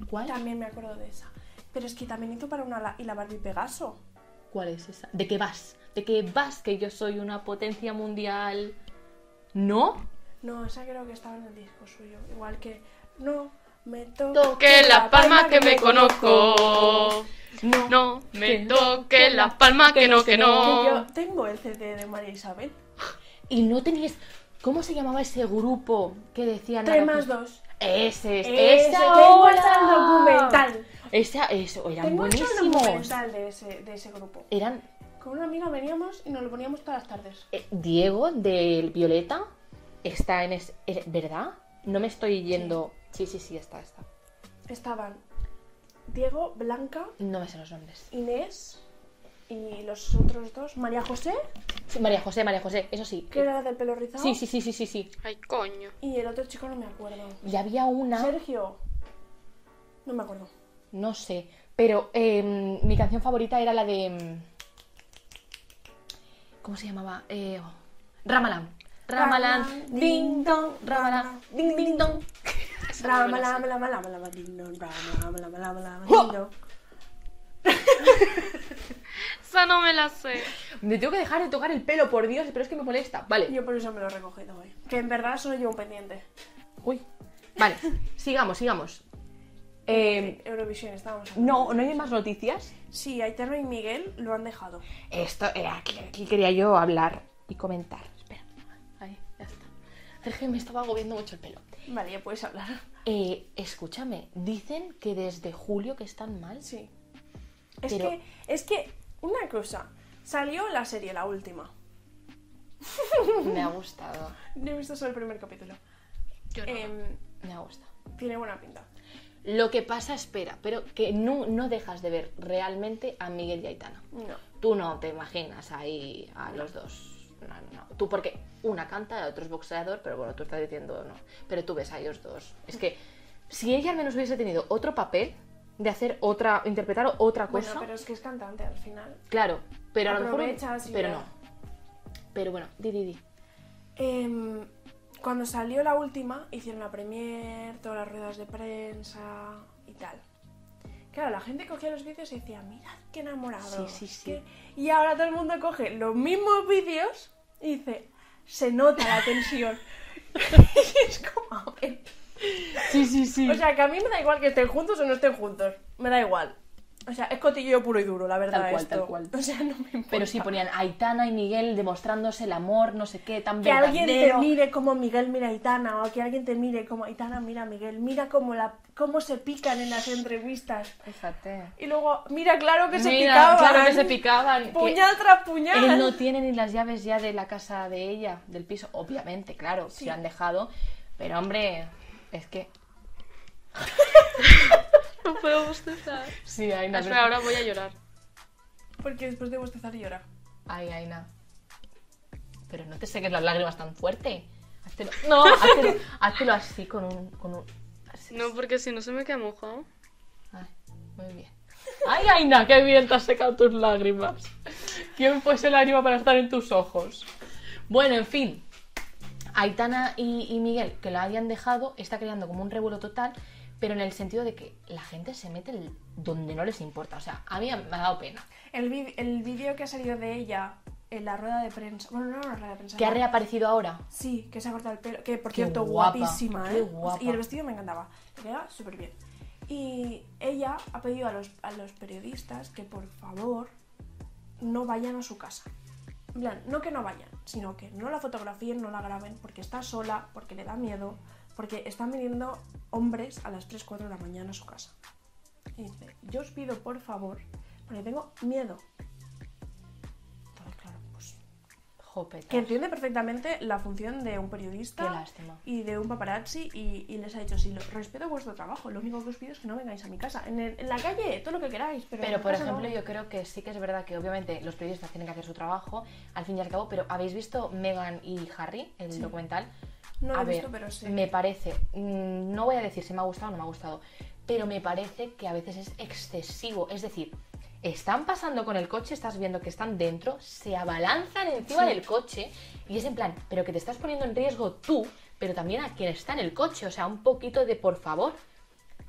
¿Cuál? También me acuerdo de esa. Pero es que también hizo para y la Barbie Pegaso. ¿Cuál es esa? ¿De qué vas? ¿De qué vas? Que yo soy una potencia mundial. ¿No? No, esa creo que estaba en el disco suyo. Igual que no me Toque toque la palma que me conozco. No me toque la palma que no, que Que no. yo tengo el CD de María Isabel. Y no teníais... ¿Cómo se llamaba ese grupo que decían... 3 más 2. Ese, Ese, esa tengo hora. hasta el documental. Eso, eran Tengo hecho el buenísimos. documental de ese grupo. Eran Con una amiga veníamos y nos lo poníamos todas las tardes. Diego del Violeta está en ¿verdad? No me estoy yendo. Sí, está. Estaban Diego, Blanca, No me sé los nombres. Inés y los otros dos, María José, Sí, María José, eso sí. que era la del pelo rizado. Sí. Ay, coño. Y el otro chico no me acuerdo. Y había una, Sergio. No me acuerdo. no sé, pero mi canción favorita era la de... ¿Cómo se llamaba? Ramalan. Ramalan, ding dong, Ramalan, ding ding dong. Rama, lama, lama, lama, lama, ding dong, rama, lama, lama, lama, lama, ding dong. Esa no me la sé. Me tengo que dejar de tocar el pelo, por Dios, pero es que me molesta. Vale. Yo por eso me lo he recogido hoy. Que en verdad solo llevo un pendiente. Uy. Vale, sigamos. Eurovisión, estábamos hablando. No hay más noticias. Sí, Aitana y Miguel lo han dejado. Esto era aquí quería yo hablar y comentar. Espera, ahí, ya está. Es que me estaba agobiando mucho el pelo. Vale, ya puedes hablar. Escúchame, dicen que desde julio que están mal. Sí. Pero- Es que, una cosa. Salió la serie, la última. Me ha gustado, No he visto solo el primer capítulo. Yo no. me ha gustado. Tiene buena pinta. Lo que pasa, espera, pero que no dejas de ver realmente a Miguel y Aitana. No. Tú no te imaginas ahí a los dos. No. Tú porque una canta, el otro es boxeador, pero bueno, tú estás diciendo no. Pero tú ves a ellos dos. Es que si ella al menos hubiese tenido otro papel de hacer interpretar otra cosa, Bueno, pero es que es cantante al final. claro, pero a lo mejor... Aprovechas y Pero ya. no. Pero bueno, di. Cuando salió la última, hicieron la premier, todas las ruedas de prensa y tal. Claro, la gente cogía los vídeos y decía, mirad qué enamorados. Sí. Y ahora todo el mundo coge los mismos vídeos y dice, se nota la tensión. Y es como, a ver. Sí. O sea, que a mí me da igual que estén juntos o no estén juntos. Me da igual. O sea, es cotilleo puro y duro, la verdad. Tal cual. O sea, no me importa. Pero sí ponían Aitana y Miguel demostrándose el amor, no sé qué, tan Que alguien te verdadero. mire como Miguel mira a Aitana, o que alguien te mire como Aitana mira a Miguel. Mira cómo se pican en las entrevistas. Fíjate. Y luego, mira, claro que se Mira, picaban. claro que se picaban. Puñal tras puñal. Él no tiene ni las llaves ya de la casa de ella, del piso. Obviamente, claro, Sí. se han dejado. Pero hombre, es que... No puedo bostezar. Sí, Aina. Espera, ahora voy a llorar. Porque después de bostezar y llorar. Ay, Aina. Pero no te seques las lágrimas tan fuerte. Háztelo así con un... Así. No, porque si no se me queda mojado. Ay, muy bien. Ay, Aina, qué bien te has secado tus lágrimas. ¿Quién fuese lágrima para estar en tus ojos? Bueno, en fin. Aitana y Miguel, que lo habían dejado, está creando como un revuelo total, pero en el sentido de que la gente se mete donde no les importa. O sea, a mí me ha dado pena. El vídeo que ha salido de ella en la rueda de prensa. Bueno, no la rueda de prensa. ¿Que ha no. reaparecido ahora? Sí, que se ha cortado el pelo. Que por Qué cierto, guapa, guapísima, qué ¿eh? guapa. Y el vestido me encantaba. Le quedaba súper bien. Y ella ha pedido a los periodistas que por favor no vayan a su casa. En plan, no que no vayan, sino que no la fotografíen, no la graben, porque está sola, porque le da miedo, porque están viniendo hombres a las 3, 4 de la mañana a su casa. Y dice, yo os pido por favor, porque tengo miedo. Entonces, claro, pues... Jope. Que entiende perfectamente la función de un periodista Qué lástima. y de un paparazzi y les ha dicho, sí, respeto vuestro trabajo, lo único que os pido es que no vengáis a mi casa. En la calle, todo lo que queráis, pero en Pero, mi por casa ejemplo, no. yo creo que sí que es verdad que obviamente los periodistas tienen que hacer su trabajo, al fin y al cabo, pero ¿habéis visto Meghan y Harry, el Sí. documental? No lo A he ver, visto, pero sí. me parece, no voy a decir si me ha gustado o no me ha gustado, pero me parece que a veces es excesivo. Es decir, están pasando con el coche, estás viendo que están dentro, se abalanzan encima Sí. del coche y es en plan, pero que te estás poniendo en riesgo tú, pero también a quien está en el coche. O sea, un poquito de por favor.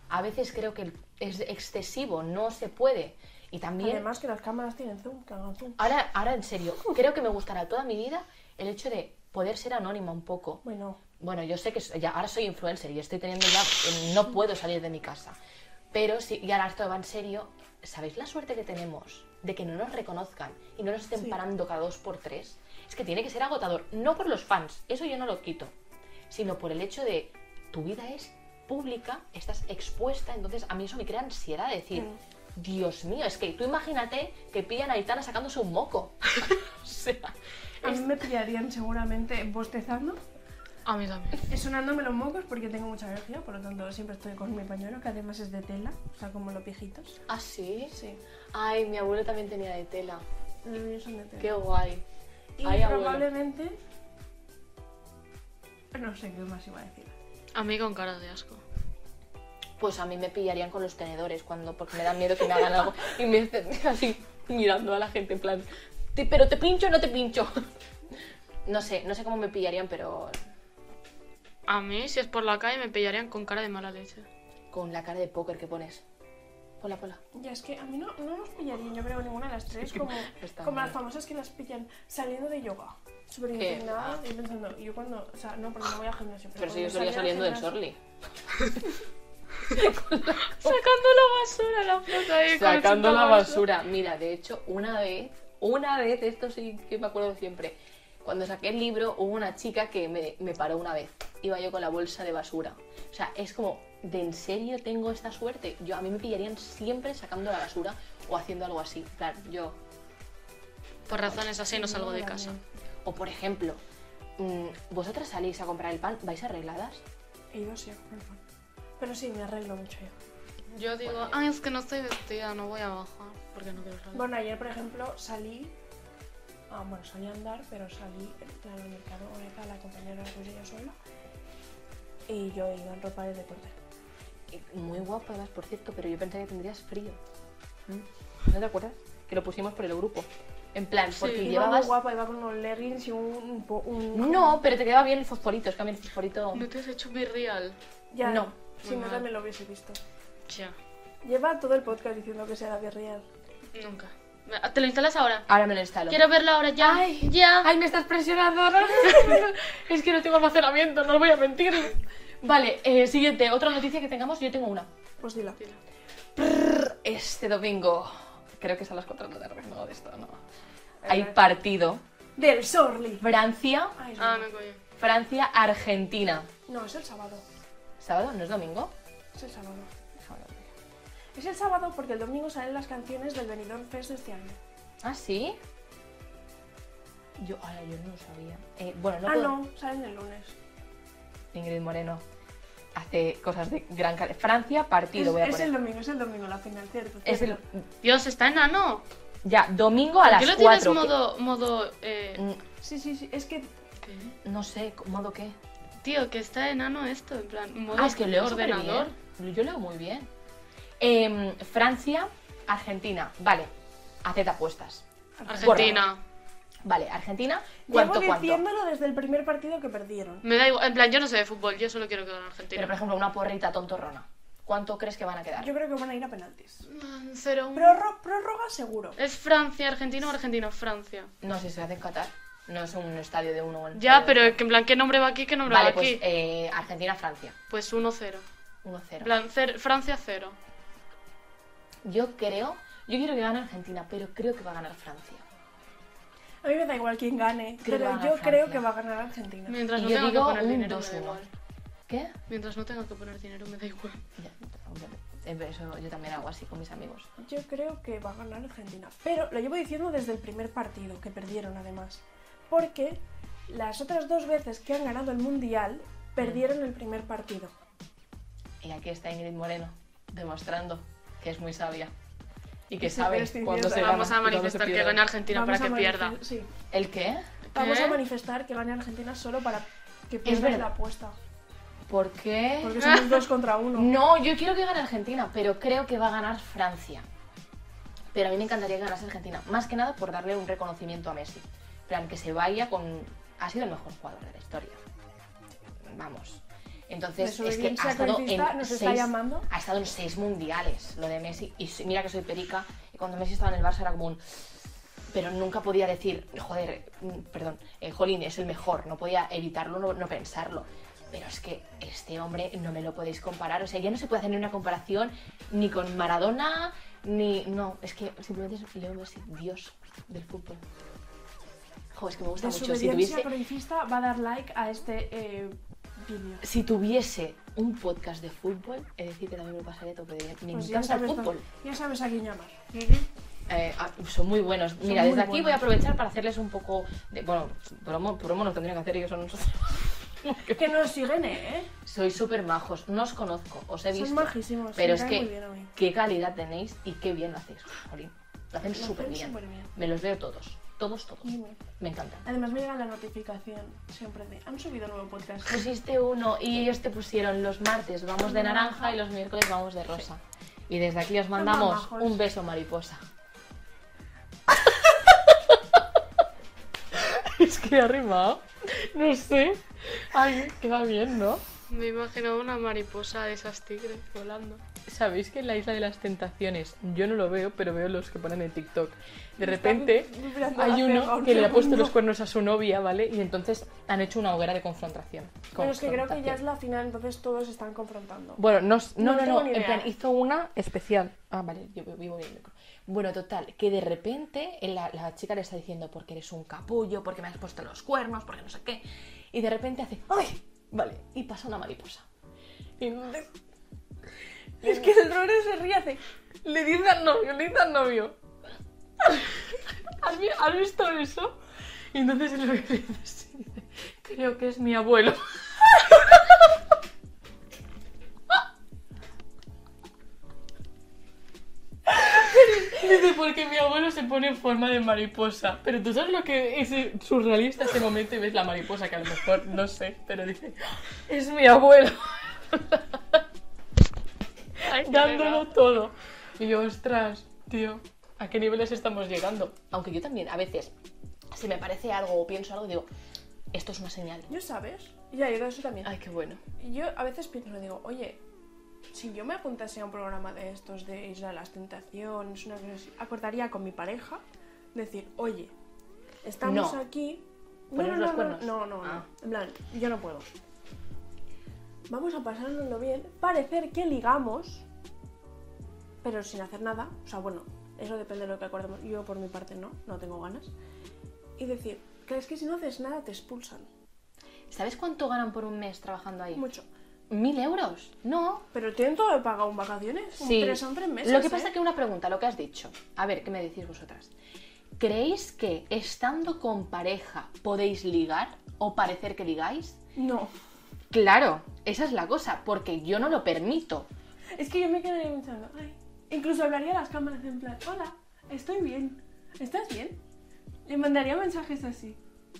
a veces creo que es excesivo, no se puede. Y también... Además que las cámaras tienen zoom, que hagan zoom. Ahora en serio, creo que me gustará toda mi vida el hecho de poder ser anónima un poco. Bueno, yo sé que ya ahora soy influencer y estoy teniendo ya... No puedo salir de mi casa. Pero sí, y ahora esto va en serio. ¿Sabéis la suerte que tenemos de que no nos reconozcan y no nos estén parando cada 2x3? Es que tiene que ser agotador. No por los fans, eso yo no lo quito. Sino por el hecho de tu vida es pública, estás expuesta. Entonces a mí eso me crea ansiedad de decir... Dios mío, es que tú imagínate que pillan a Aitana sacándose un moco. O sea, a mí me pillarían seguramente bostezando, A mí también. sonándome los mocos porque tengo mucha alergia, por lo tanto siempre estoy con mi pañuelo, que además es de tela, o sea, como los viejitos. ¿ah, sí? Sí, Ay, mi abuelo también tenía de tela. los míos son de tela. Qué guay. Y Ay, abuelo. probablemente... No sé qué más iba a decir. A mí con cara de asco. Pues a mí me pillarían con los tenedores porque me da miedo que me hagan algo y me estén así mirando a la gente en plan, pero te pincho o no te pincho. No sé cómo me pillarían, pero A mí, si es por la calle, me pillarían con cara de mala leche. con la cara de póker que pones. Ponla. Ya es que a mí no nos pillarían, yo creo, ninguna de las tres, Sí, como está las bien. famosas que las pillan saliendo de yoga. Súper ¿Qué? indignada y pensando, yo cuando, o sea, no, porque no voy al gimnasio. Pero si yo cuando salía salía saliendo del gimnasio- Sorli. Sacando la basura, la foto ahí. con el Sacando la chupabasura. basura. Mira, de hecho, una vez, esto sí que me acuerdo siempre. Cuando saqué el libro, hubo una chica que me paró una vez. Iba yo con la bolsa de basura. O sea, es como, ¿de en serio tengo esta suerte? A mí me pillarían siempre sacando la basura o haciendo algo así. En plan, yo... Por razones así no salgo de casa. O por ejemplo, ¿vosotras salís a comprar el pan? ¿Vais arregladas? He ido sí a comprar pan. Pero sí, me arreglo mucho yo. Yo digo, ay, es que no estoy vestida, no voy a bajar. Porque no quiero salir. Bueno, ayer, por ejemplo, salí... salí a andar, pero salí en plan al mercado, la compañera pues ella sola. Y yo iba en ropa de deporte. Muy guapa, además, por cierto, pero yo pensé que tendrías frío. ¿No te acuerdas? Que lo pusimos por el grupo. En plan, porque Iba llevabas... muy guapa, iba con unos leggings y un... No, pero te quedaba bien el fosforito. Es que a mí el fosforito... ¿No te has hecho virreal? Ya, No. Si Muy no, mal. también lo hubiese visto. Ya. Lleva todo el podcast diciendo que sea la real. Nunca. ¿Te lo instalas ahora? Ahora me lo instalo. Quiero verlo ahora ya. Ay, ya. ¡Ay, me estás presionando! Es que no tengo almacenamiento, no os voy a mentir. Vale, siguiente. Otra noticia que tengamos, yo tengo una. Pues dila. Este domingo, creo que es a las 4 de la tarde, no, de esto, no. Hay Verdad. partido. Del Sorli. Francia, Ay, es Ah, verdad. me coño. Francia-Argentina. No, es el sábado. ¿Sábado? ¿No es domingo? Es el sábado. Es el sábado porque el domingo salen las canciones del Benidorm Fest de este año. ¿Ah, sí? Yo no lo sabía. Bueno, no Ah, puedo... no, salen el lunes. Ingrid Moreno hace cosas de gran calidad. Francia, partido, voy a Es poner. es el domingo la final, cierto. Es el... cierto. Dios, está enano. Ya, domingo a ¿Por las qué lo 4. tienes modo Sí, es que... ¿qué? No sé, ¿modo qué? Tío, que está enano esto, en plan, modo Ah, es que leo ordenador. bien. Yo leo muy bien. Francia, Argentina. Vale, haced apuestas. Argentina. Vale, Argentina, Llevo ¿cuánto? diciéndolo desde el primer partido que perdieron. Me da igual, en plan, yo no sé de fútbol, yo solo quiero que gane Pero, Argentina. por ejemplo, una porrita tontorrona. ¿Cuánto crees que van a quedar? Yo creo que van a ir a penaltis. 0-1. Prórroga seguro. ¿Es Francia, Argentina o Argentina, Francia? No sé si se hace en Qatar. No es un estadio de uno. Ya, pero que en plan, ¿qué nombre va aquí? ¿Qué nombre Vale, va aquí? pues Argentina-Francia. Pues 1-0. 1-0. En plan, Francia 0. Yo quiero que gane Argentina, pero creo que va a ganar Francia. A mí me da igual quién gane, Creo que va a pero ganar yo creo Francia. que va a ganar Argentina. Mientras Y no yo tenga que digo poner un dinero, me 2-1. da igual. ¿Qué? Mientras no tenga que poner dinero, me da igual. Eso yo también hago así con mis amigos. Yo creo que va a ganar Argentina. Pero lo llevo diciendo desde el primer partido, que perdieron además. Porque las otras 2 veces que han ganado el Mundial, perdieron el primer partido. Y aquí está Ingrid Moreno, demostrando que es muy sabia. Y que Sí, sabe pero estoy cuándo se cierta. gana Vamos y a cuándo se manifestar que pierde. gane Argentina Vamos para a que pierda. Sí. ¿El qué? Vamos ¿Qué? a manifestar que gane Argentina solo para que pierda verdad. la apuesta. ¿Por qué? Porque somos 2 contra 1. No, yo quiero que gane Argentina, pero creo que va a ganar Francia. Pero a mí me encantaría que ganase Argentina. Más que nada por darle un reconocimiento a Messi. En plan, que se vaya con... Ha sido el mejor jugador de la historia. Vamos. Entonces, es que ha estado ha estado en 6 mundiales, lo de Messi. Y mira que soy perica, y cuando Messi estaba en el Barça era como un... Pero nunca podía decir, joder, perdón, jolín, es el mejor. No podía evitarlo, no pensarlo. Pero es que este hombre no me lo podéis comparar. O sea, ya no se puede hacer ni una comparación ni con Maradona, ni... No, es que simplemente es Leo Messi, Dios del fútbol. Joder, es que me gusta mucho. Si tuviese... va a dar like a este vídeo. Si tuviese un podcast de fútbol, es decir, que también me pasaría a tope de... Me encanta el fútbol. Ya sabes a quién llamar. Son muy buenos. Mira, desde aquí voy a aprovechar para hacerles un poco de... Bueno, promo nos tendrían que hacer ellos a nosotros. Que nos siguen, Sois súper majos, no os conozco, os he visto. Son majísimos. Pero es que, qué calidad tenéis y qué bien lo hacéis, Jolín. Lo hacen súper bien. Me los veo todos. Todos. Me encantan. Además me llega la notificación siempre de... Han subido un nuevo podcast. Pusiste uno y ellos te pusieron los martes vamos de naranja y los miércoles vamos de rosa. Sí. Y desde aquí os mandamos un beso mariposa. Es que ha rimado. No sé. Ay, queda bien, ¿no? Me imagino una mariposa de esas tigres volando. ¿Sabéis que en la Isla de las Tentaciones, yo no lo veo, pero veo los que ponen en TikTok? De repente hay uno que le ha puesto los cuernos a su novia, ¿vale? Y entonces han hecho una hoguera de confrontación. Pero es que creo que ya es la final, entonces todos se están confrontando. Bueno, no, en plan, hizo una especial. Ah, vale, yo vivo bien. Bueno, total, que de repente la chica le está diciendo porque eres un capullo, porque me has puesto los cuernos, porque no sé qué. Y de repente hace, ¡ay! Vale, y pasa una mariposa. Y entonces... Es que el Rore se ríe, hace... Le dice al novio. ¿Has visto eso? Y entonces el novio le dice, sí, creo que es mi abuelo. Dice, porque mi abuelo se pone en forma de mariposa. Pero tú sabes lo que es surrealista ese momento y ves la mariposa, que a lo mejor no sé, pero dice, es mi abuelo. Ay, dándolo todo. Y yo, ostras, tío, ¿a qué niveles estamos llegando? Aunque yo también, a veces, si me parece algo o pienso algo, digo, esto es una señal. ¿Yo sabes? Ya, yo eso también. Ay, qué bueno. Y yo a veces pienso, digo, oye, si yo me apuntase a un programa de estos de Isla de las Tentaciones, una cosa así, acordaría con mi pareja, decir, oye, estamos aquí... ¿Poner los cuernos? No. En plan, yo no puedo. Vamos a pasárnoslo bien, parecer que ligamos, pero sin hacer nada. O sea, bueno, eso depende de lo que acordemos. Yo por mi parte no tengo ganas. Y decir, que es que si no haces nada te expulsan. ¿Sabes cuánto ganan por un mes trabajando ahí? Mucho. ¿1.000 euros? No. Pero tienen todo pagado en vacaciones. Sí. Son 3 meses. Lo que pasa es que una pregunta, lo que has dicho. A ver, ¿qué me decís vosotras? ¿Creéis que estando con pareja podéis ligar o parecer que ligáis? No. Claro, esa es la cosa, porque yo no lo permito. Es que yo me quedaría pensando, ay, incluso hablaría a las cámaras en plan, hola, estoy bien, ¿estás bien? Le mandaría mensajes así.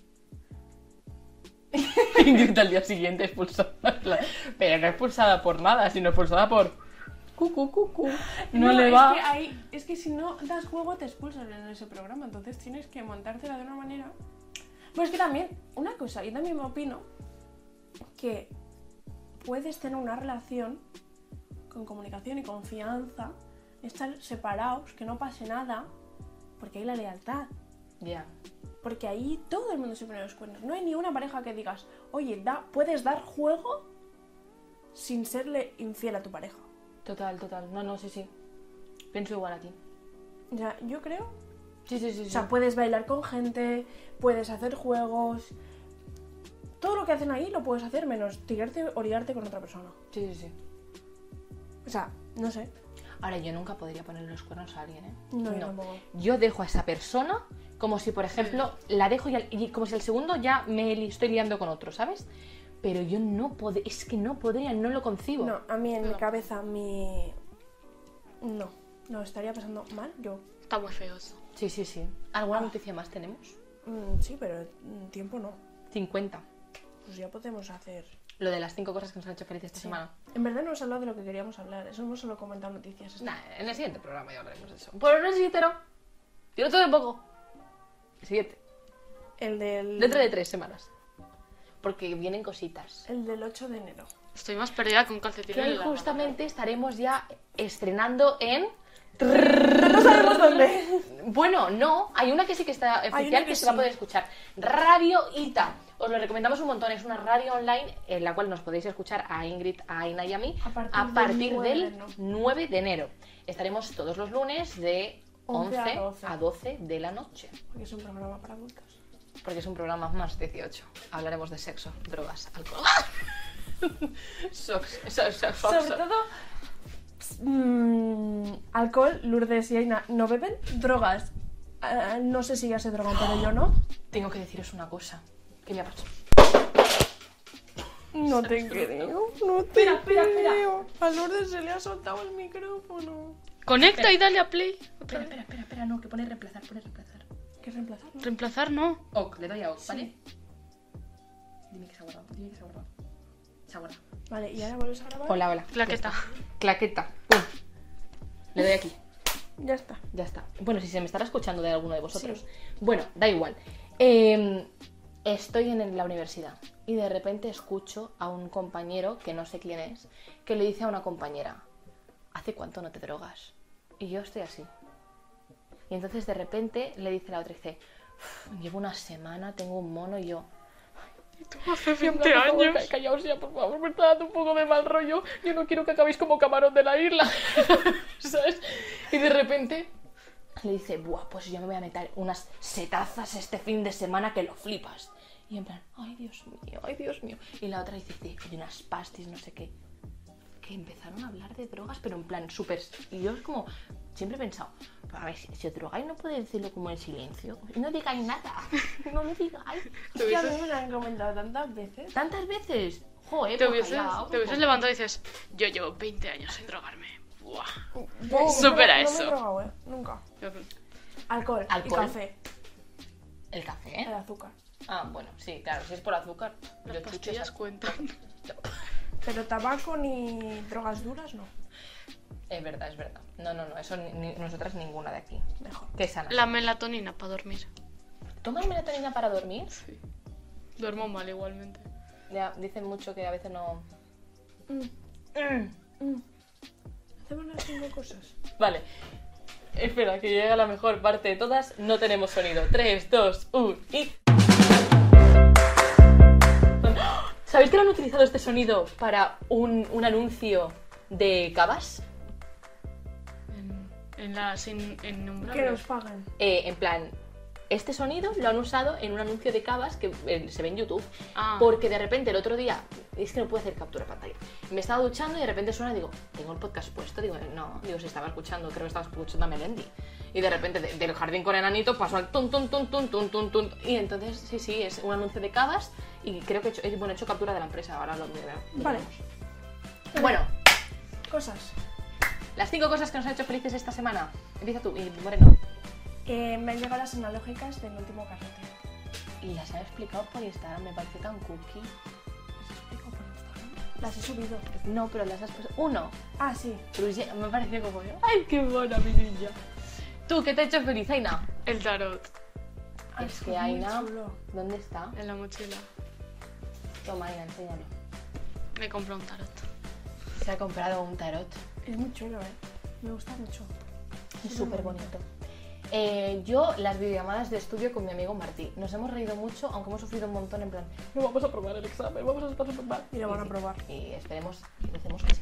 Ingrid al día siguiente expulsada. Pero no expulsada por nada, sino expulsada por... Cucu. No le va. Es que si no das juego te expulsan en ese programa, entonces tienes que montártela de una manera... Pues que también, una cosa, yo también me opino que puedes tener una relación con comunicación y confianza, estar separados, que no pase nada, porque hay la lealtad. Ya. Porque ahí todo el mundo se pone los cuernos. No hay ni una pareja que digas, oye, puedes dar juego sin serle infiel a tu pareja. Total. No, sí. Pienso igual a ti. Ya, yo creo. Sí. O sea, puedes bailar con gente, puedes hacer juegos. Todo lo que hacen ahí lo puedes hacer menos tirarte o liarte con otra persona. Sí. O sea, no sé. Ahora, yo nunca podría ponerle los cuernos a alguien, ¿eh? No. Yo tampoco. Yo dejo a esa persona como si, por ejemplo, la dejo y como si al segundo ya me estoy liando con otro, ¿sabes? Pero yo es que no podría, no lo concibo. No, a mí en mi cabeza, No, estaría pasando mal yo. Está muy feo eso. Sí. ¿Alguna noticia más tenemos? Sí, pero tiempo no. 50. Pues ya podemos hacer... Lo de las 5 cosas que nos han hecho felices esta semana. En verdad no hemos hablado de lo que queríamos hablar, eso hemos solo comentado noticias. Nah, en el siguiente programa ya hablaremos de eso. Pero no el siguiente no. Yo todo de poco. El siguiente. El del... Dentro de 3 semanas. Porque vienen cositas. El del 8 de enero. Estoy más perdida que un calcetín Que en ahí la mano. justamente estaremos ya estrenando en... No sabemos dónde. Bueno, no, hay una que sí que está oficial que que se va a sí. poder escuchar. Radio Ita. Os lo recomendamos un montón. Es una radio online en la cual nos podéis escuchar a Ingrid, a Aina y a mí A partir del del 9 de enero. Estaremos todos los lunes de 11 a 12 de la noche. Porque es un programa para adultos. Porque es un programa más 18. Hablaremos de sexo, drogas, alcohol. Sobre todo, alcohol, Lourdes y Aina no beben, drogas. No sé si ya se drogan, pero yo no. Tengo que deciros una cosa. ¿Qué me ha pasado? No te creo, no te creo. A Lourdes se le ha soltado el micrófono. Conecta y dale a play. Otra vez. Espera, no, que pone reemplazar, pone reemplazar. ¿Qué reemplazar? ¿No? Reemplazar no. Ok, le doy a ok, Sí. ¿vale? Dime que se ha guardado, dime que se ha guardado. Se ha guardado. Vale, ¿y ahora vuelves a grabar? Hola. Claqueta. Ya está. Claqueta. Pum. Le doy aquí. Ya está. Ya está. Bueno, si se me estará escuchando de alguno de vosotros. Sí. Bueno, da igual. Estoy en la universidad y de repente escucho a un compañero, que no sé quién es, que le dice a una compañera: ¿hace cuánto no te drogas? Y yo estoy así. Y entonces de repente le dice la otra, dice: llevo una semana, tengo un mono, y yo... Hace 20 años. Callaos ya, por favor, me está dando un poco de mal rollo. Yo no quiero que acabéis como camarón de la isla. ¿Sabes? Y de repente le dice: buah, pues yo me voy a meter unas setazas este fin de semana que lo flipas. Y en plan, ay Dios mío. Y la otra dice: sí, hay unas pastis, no sé qué. Que empezaron a hablar de drogas, pero en plan súper... Y yo es como, siempre he pensado, a ver, si os drogáis no podéis decirlo como en silencio. No digáis nada, no lo digáis. Es que a mí me lo han comentado tantas veces. ¿Tantas veces? Joder, Te pues hubieses, callao, te hubieses pues. levantado y dices, yo llevo 20 años sin drogarme. Buah. Yo Supera no eso. me he drogado, nunca. Alcohol y Alcohol. café. ¿El café? El azúcar. Ah, bueno, sí, claro, si es por azúcar. Las Yo chucho pastillas esas... cuentan. Pero tabaco ni drogas duras, no. Es verdad. No, eso nosotras ninguna de aquí. Mejor. Qué sana. La melatonina para dormir. ¿Tomas melatonina para dormir? Sí. Duermo mal igualmente. Ya, dicen mucho que a veces no... Hacemos las 5 cosas. Vale. Espera, que llega la mejor parte de todas. No tenemos sonido. 3, 2, 1 y... ¿Sabéis que lo han utilizado este sonido para un anuncio de cavas? En las innombrables. Que nos pagan. En plan, este sonido lo han usado en un anuncio de cavas que se ve en YouTube. Ah. Porque de repente el otro día, es que no puedo hacer captura de pantalla, me estaba duchando y de repente suena y digo, ¿tengo el podcast puesto? Digo, no, si estaba escuchando, creo que estaba escuchando a Melendi. Y de repente del jardín con enanito pasó al tun tun tun tun tun tun tun. Y entonces, sí, es un anuncio de cavas y creo que he hecho captura de la empresa, ahora lo Vale. Bueno, Cosas. las 5 cosas que nos han hecho felices esta semana. Empieza tú, y Moreno. Me han llegado las analógicas del último carrete. Y las han explicado por Instagram, me parece tan cookie. ¿Las explico por Instagram? Las he subido. No, pero las has puesto... Uno, Ah, sí. me pareció como yo. ¡Ay, qué buena mi niña! ¿Tú qué te ha hecho feliz, Aina? El tarot. Es que muy Aina, chulo. ¿dónde está? En la mochila. Toma, Aina, enséñalo. Me compré un tarot. Se ha comprado un tarot. Es muy chulo, Me gusta mucho. Es súper bonito. Yo las videollamadas de estudio con mi amigo Martí. Nos hemos reído mucho, aunque hemos sufrido un montón en plan, no vamos a probar el examen, vamos a estar súper mal. Y lo van a probar. Y esperemos y decimos que sí.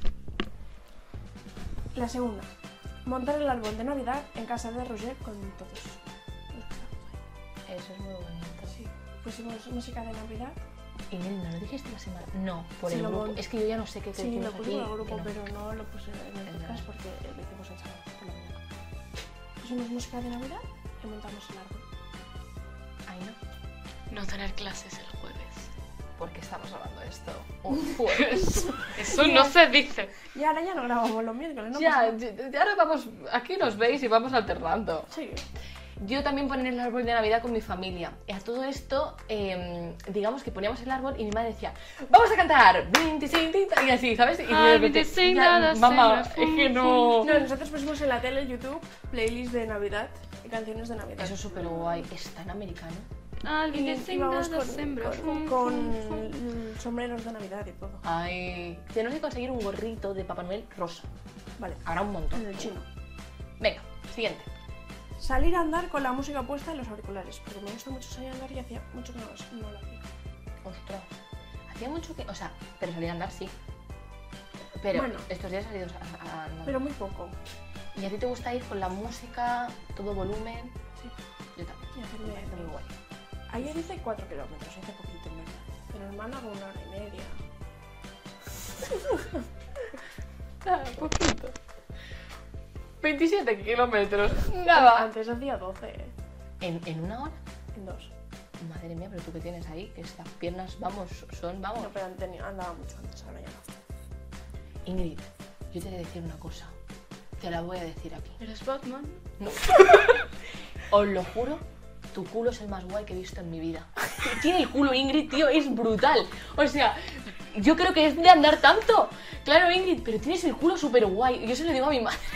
La segunda. Montar el árbol de Navidad en casa de Roger con todos los que estamos ahí. Eso es muy bonito. Sí. Pusimos música de Navidad. Y Nel, ¿no lo dijiste la semana? No, por Sí, el lo grupo. mon- Es que yo ya no sé qué Sí, decimos lo aquí, pusimos en el grupo, que no. pero no lo puse en el Es podcast verdad. porque lo hicimos el sábado por la mañana. Pusimos música de Navidad y montamos el árbol. Ay, no. No tener clases el jueves. ¿Por qué estamos hablando de esto? Un jueves. Eso no se dice. Y ahora ya no grabamos los miércoles, ¿no? ya, pasa nada. ya ahora vamos, aquí nos veis y vamos alternando. Sí. Yo también poner el árbol de Navidad con mi familia. Y a todo esto, digamos que poníamos el árbol y mi madre decía, ¡vamos a cantar! 25, y así, ¿sabes? Y de Ay, repente, 25, ya, nada, mamá, cero, es que no... No, nosotros pusimos en la tele, en YouTube, playlist de Navidad y canciones de Navidad. Eso es súper guay. ¿Es tan americano? Alguien Y que íbamos tenga los hembros. con sombreros de Navidad y todo. Ay, tenemos que conseguir un gorrito de Papá Noel rosa. Vale, Habrá un montón. en el chino. Venga, siguiente. Salir a andar con la música puesta en los auriculares. Porque me gusta mucho salir a andar y hacía mucho que no lo hacía. Ostras. Hacía mucho que... O sea, pero salir a andar sí. Pero Bueno. estos días he salido a andar. Pero muy poco. ¿Y a ti te gusta ir con la música, todo volumen? Sí. Yo también. Y Me hacerme... parece muy guay. Ayer hice 4 kilómetros, hice poquito en verdad. Pero normal hago 1 hora y media. Poquito. 27 kilómetros. Nada. Antes hacía 12, ¿En una hora? en 2. Madre mía, pero tú qué tienes ahí, que estas piernas, vamos, vamos. No, pero andaba mucho antes, ahora ya no. Ingrid, yo te voy a decir una cosa. Te la voy a decir aquí. ¿Eres Batman? No. Os lo juro, tu culo es el más guay que he visto en mi vida. Tiene el culo Ingrid, tío, es brutal. O sea, yo creo que es de andar tanto. Claro, Ingrid, pero tienes el culo súper guay. Yo se lo digo a mi madre.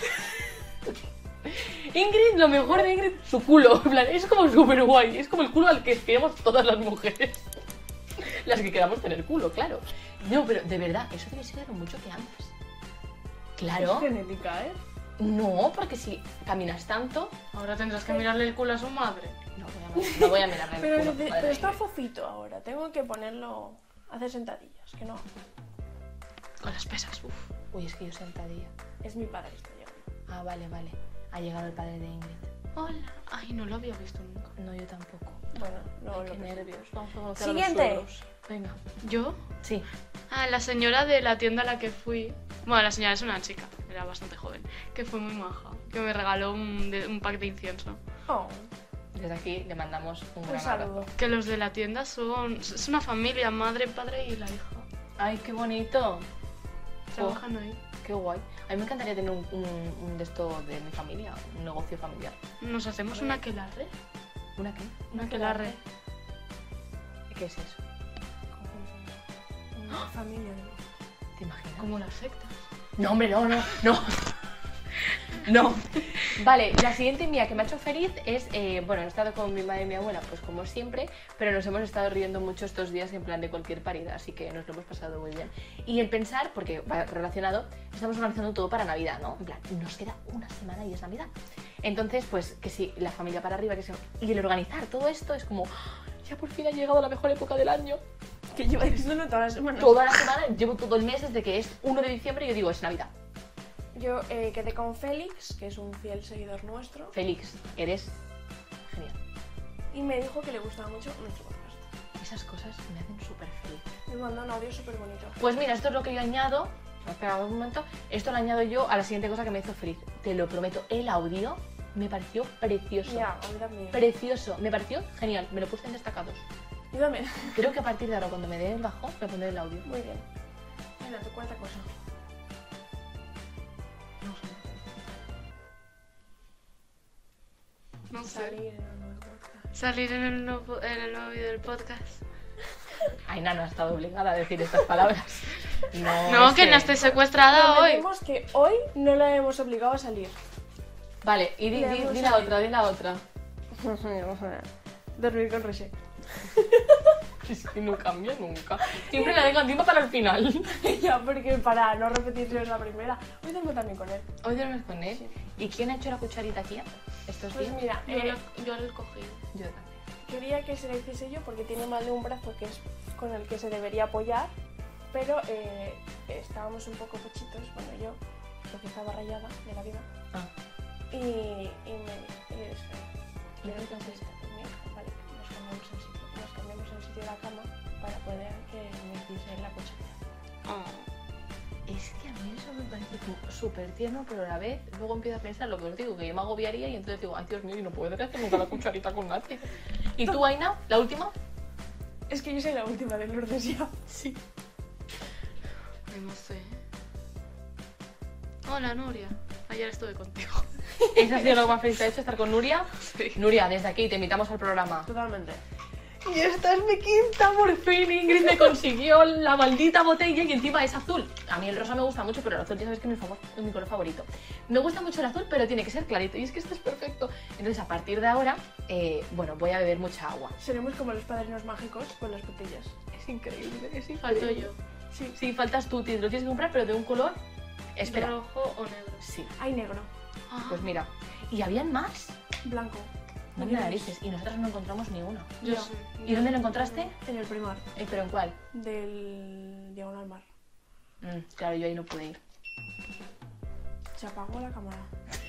Ingrid, lo mejor de Ingrid, su culo. En plan, es como súper guay. Es como el culo al que aspiramos todas las mujeres. Las que queramos tener culo, claro. No, pero de verdad, eso debe ser de lo mucho que antes. Claro. Es genética, ¿eh? No, porque si caminas tanto... Ahora tendrás que mirarle el culo a su madre. No voy a mirarle el Pero, culo. pero Madre está mía. fofito ahora, tengo que ponerlo a hacer sentadillas, que no. Con las pesas, uff. Uy, es que yo sentadilla. Es mi padre esto ya. Ah, vale, vale. Ha llegado el padre de Ingrid. Hola. Ay, no lo había visto nunca. No, yo tampoco. Bueno, luego Ay, lo qué que- nervios. Vamos a conocer a los Siguiente. suegros. Venga. ¿Yo? Sí. Ah, la señora de la tienda a la que fui. Bueno, la señora es una chica, era bastante joven, que fue muy maja, que me regaló un pack de incienso. Oh, Desde aquí le mandamos un un gran saludo. abrazo. Que los de la tienda es una familia, madre, padre y la hija. Ay, qué bonito. Trabajan ahí. Qué guay. A mí me encantaría tener un de esto de mi familia, un negocio familiar. Nos hacemos una aquelarre. ¿Una qué? Una aquelarre. ¿Qué es eso? Una familia. ¿Te imaginas? Como las sectas. No, hombre, no, no, no. No. Vale, la siguiente mía que me ha hecho feliz es, bueno, he estado con mi madre y mi abuela, pues como siempre, pero nos hemos estado riendo mucho estos días en plan de cualquier parida, así que nos lo hemos pasado muy bien. Y el pensar, porque va relacionado, estamos organizando todo para Navidad, ¿no? En plan, nos queda una semana y es Navidad. Entonces, pues que sí, la familia para arriba, que sí. Y el organizar todo esto es como, ¡ah! Ya por fin ha llegado la mejor época del año. Que lleva diciéndolo toda la semana. Toda la semana, llevo todo el mes desde que es 1 de diciembre y yo digo, es Navidad. Yo quedé con Félix, que es un fiel seguidor nuestro, Félix, eres genial. y me dijo que le gustaba mucho nuestro podcast. Esas cosas me hacen súper feliz. Me mandó un audio súper bonito. Pues mira, esto es lo que yo añado. Espera un momento. Esto lo añado yo a la siguiente cosa que me hizo feliz. Te lo prometo, el audio me pareció precioso. Ya, a mí también. Precioso. Me pareció genial. Me lo puse en destacados. Yo también. Creo que a partir de ahora, cuando me dé el bajo, me pondré el audio. Muy bien. Venga, tu cuarta cosa. No sé. No sé. Salir en un nuevo podcast. Salir en el nuevo vídeo del podcast. Ainhoa no ha estado obligada a decir estas palabras. No, No, es que no esté secuestrada hoy. Prometemos que hoy no la hemos obligado a salir. Vale, y di la otra, di la otra. Dormir con Roger. Es que no cambia nunca. Siempre la dejo encima para el final. Ya, porque para no repetirse la primera. Hoy duermo también con él. Hoy duermes con él. Sí. ¿Y quién ha hecho la cucharita aquí? Estos Pues días. mira, Yo le cogí. Yo también. quería que se la hiciese yo porque tiene mal de un brazo que es con el que se debería apoyar, pero estábamos un poco pochitos, bueno yo, porque estaba rayada de la vida, Ah. y me ¿Y qué haces? vale, nos cambiamos el sitio de la cama para poder que me hiciese la cucharita. Es que a mí eso me parece como súper tierno, pero a la vez luego empiezo a pensar lo que os digo, que yo me agobiaría y entonces digo, ay Dios mío, y no puedo hacer nunca la cucharita con nadie. ¿Y tú, Aina, la última? Es que yo soy la última de Lourdes ya. Sí. Ay, no sé. Hola, Nuria. Ayer estuve contigo. ¿Esa ha sido lo que más feliz te ha hecho, estar con Nuria? Sí. Nuria, desde aquí te invitamos al programa. Totalmente. Y esta es mi quinta, Por fin Ingrid me consiguió la maldita botella y encima es azul. A mí el rosa me gusta mucho, pero el azul ya sabes que es mi color favorito. Me gusta mucho el azul, pero tiene que ser clarito. Y es que esto es perfecto. Entonces, a partir de ahora, bueno, voy a beber mucha agua. Seremos como los padrinos mágicos con las botellas. Es increíble, es increíble. Falto yo. Sí. Sí, faltas tú, te lo tienes que comprar, pero de un color... Espera. ¿Rojo o negro? Sí, Hay negro, Ah, pues mira. ¿Y habían más? blanco. No me narices. Y nosotros no encontramos ni uno. yo No. sí. ¿Y dónde lo encontraste? En el primar ¿Pero en cuál? del Diagonal Mar. Claro, yo ahí no pude ir. Se apagó la cámara.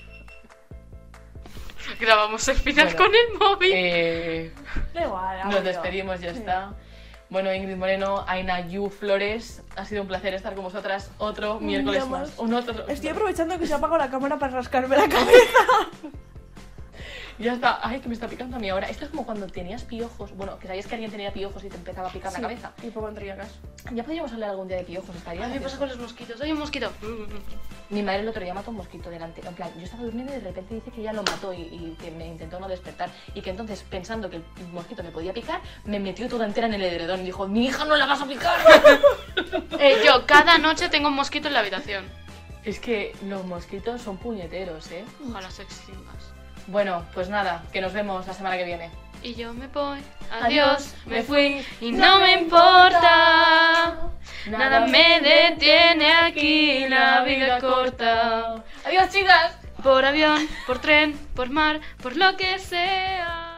Grabamos el final Bueno, con el móvil. Da igual, Nos audio. despedimos, ya Sí. está. Bueno, Ingrid Moreno, Aina Yu Flores, ha sido un placer estar con vosotras otro miércoles día más. más. Un otro. Estoy aprovechando que se apagó la cámara para rascarme la cabeza. Ya está. Ay, que me está picando a mí ahora. Esto es como cuando tenías piojos. Bueno, que sabías que alguien tenía piojos y te empezaba a picar la cabeza. Y hipocondríacas. Ya podríamos hablar algún día de piojos, estaría A mí me pasa gracioso. con los mosquitos. Hay un mosquito. Mi madre el otro día mató un mosquito delante. En plan, yo estaba durmiendo y de repente dice que ella lo mató y que me intentó no despertar. Y que entonces, pensando que el mosquito me podía picar, me metió toda entera en el edredón y dijo: ¡Mi hija no la vas a picar! Yo cada noche tengo un mosquito en la habitación. Es que los mosquitos son puñeteros, ¿eh? Ojalá se extingas. Bueno, pues nada, que nos vemos la semana que viene. Y yo me voy. Adiós, Adiós, me fui y no me importa. Nada me detiene aquí, la vida es corta. Adiós, chicas. Por avión, por tren, por mar, por lo que sea.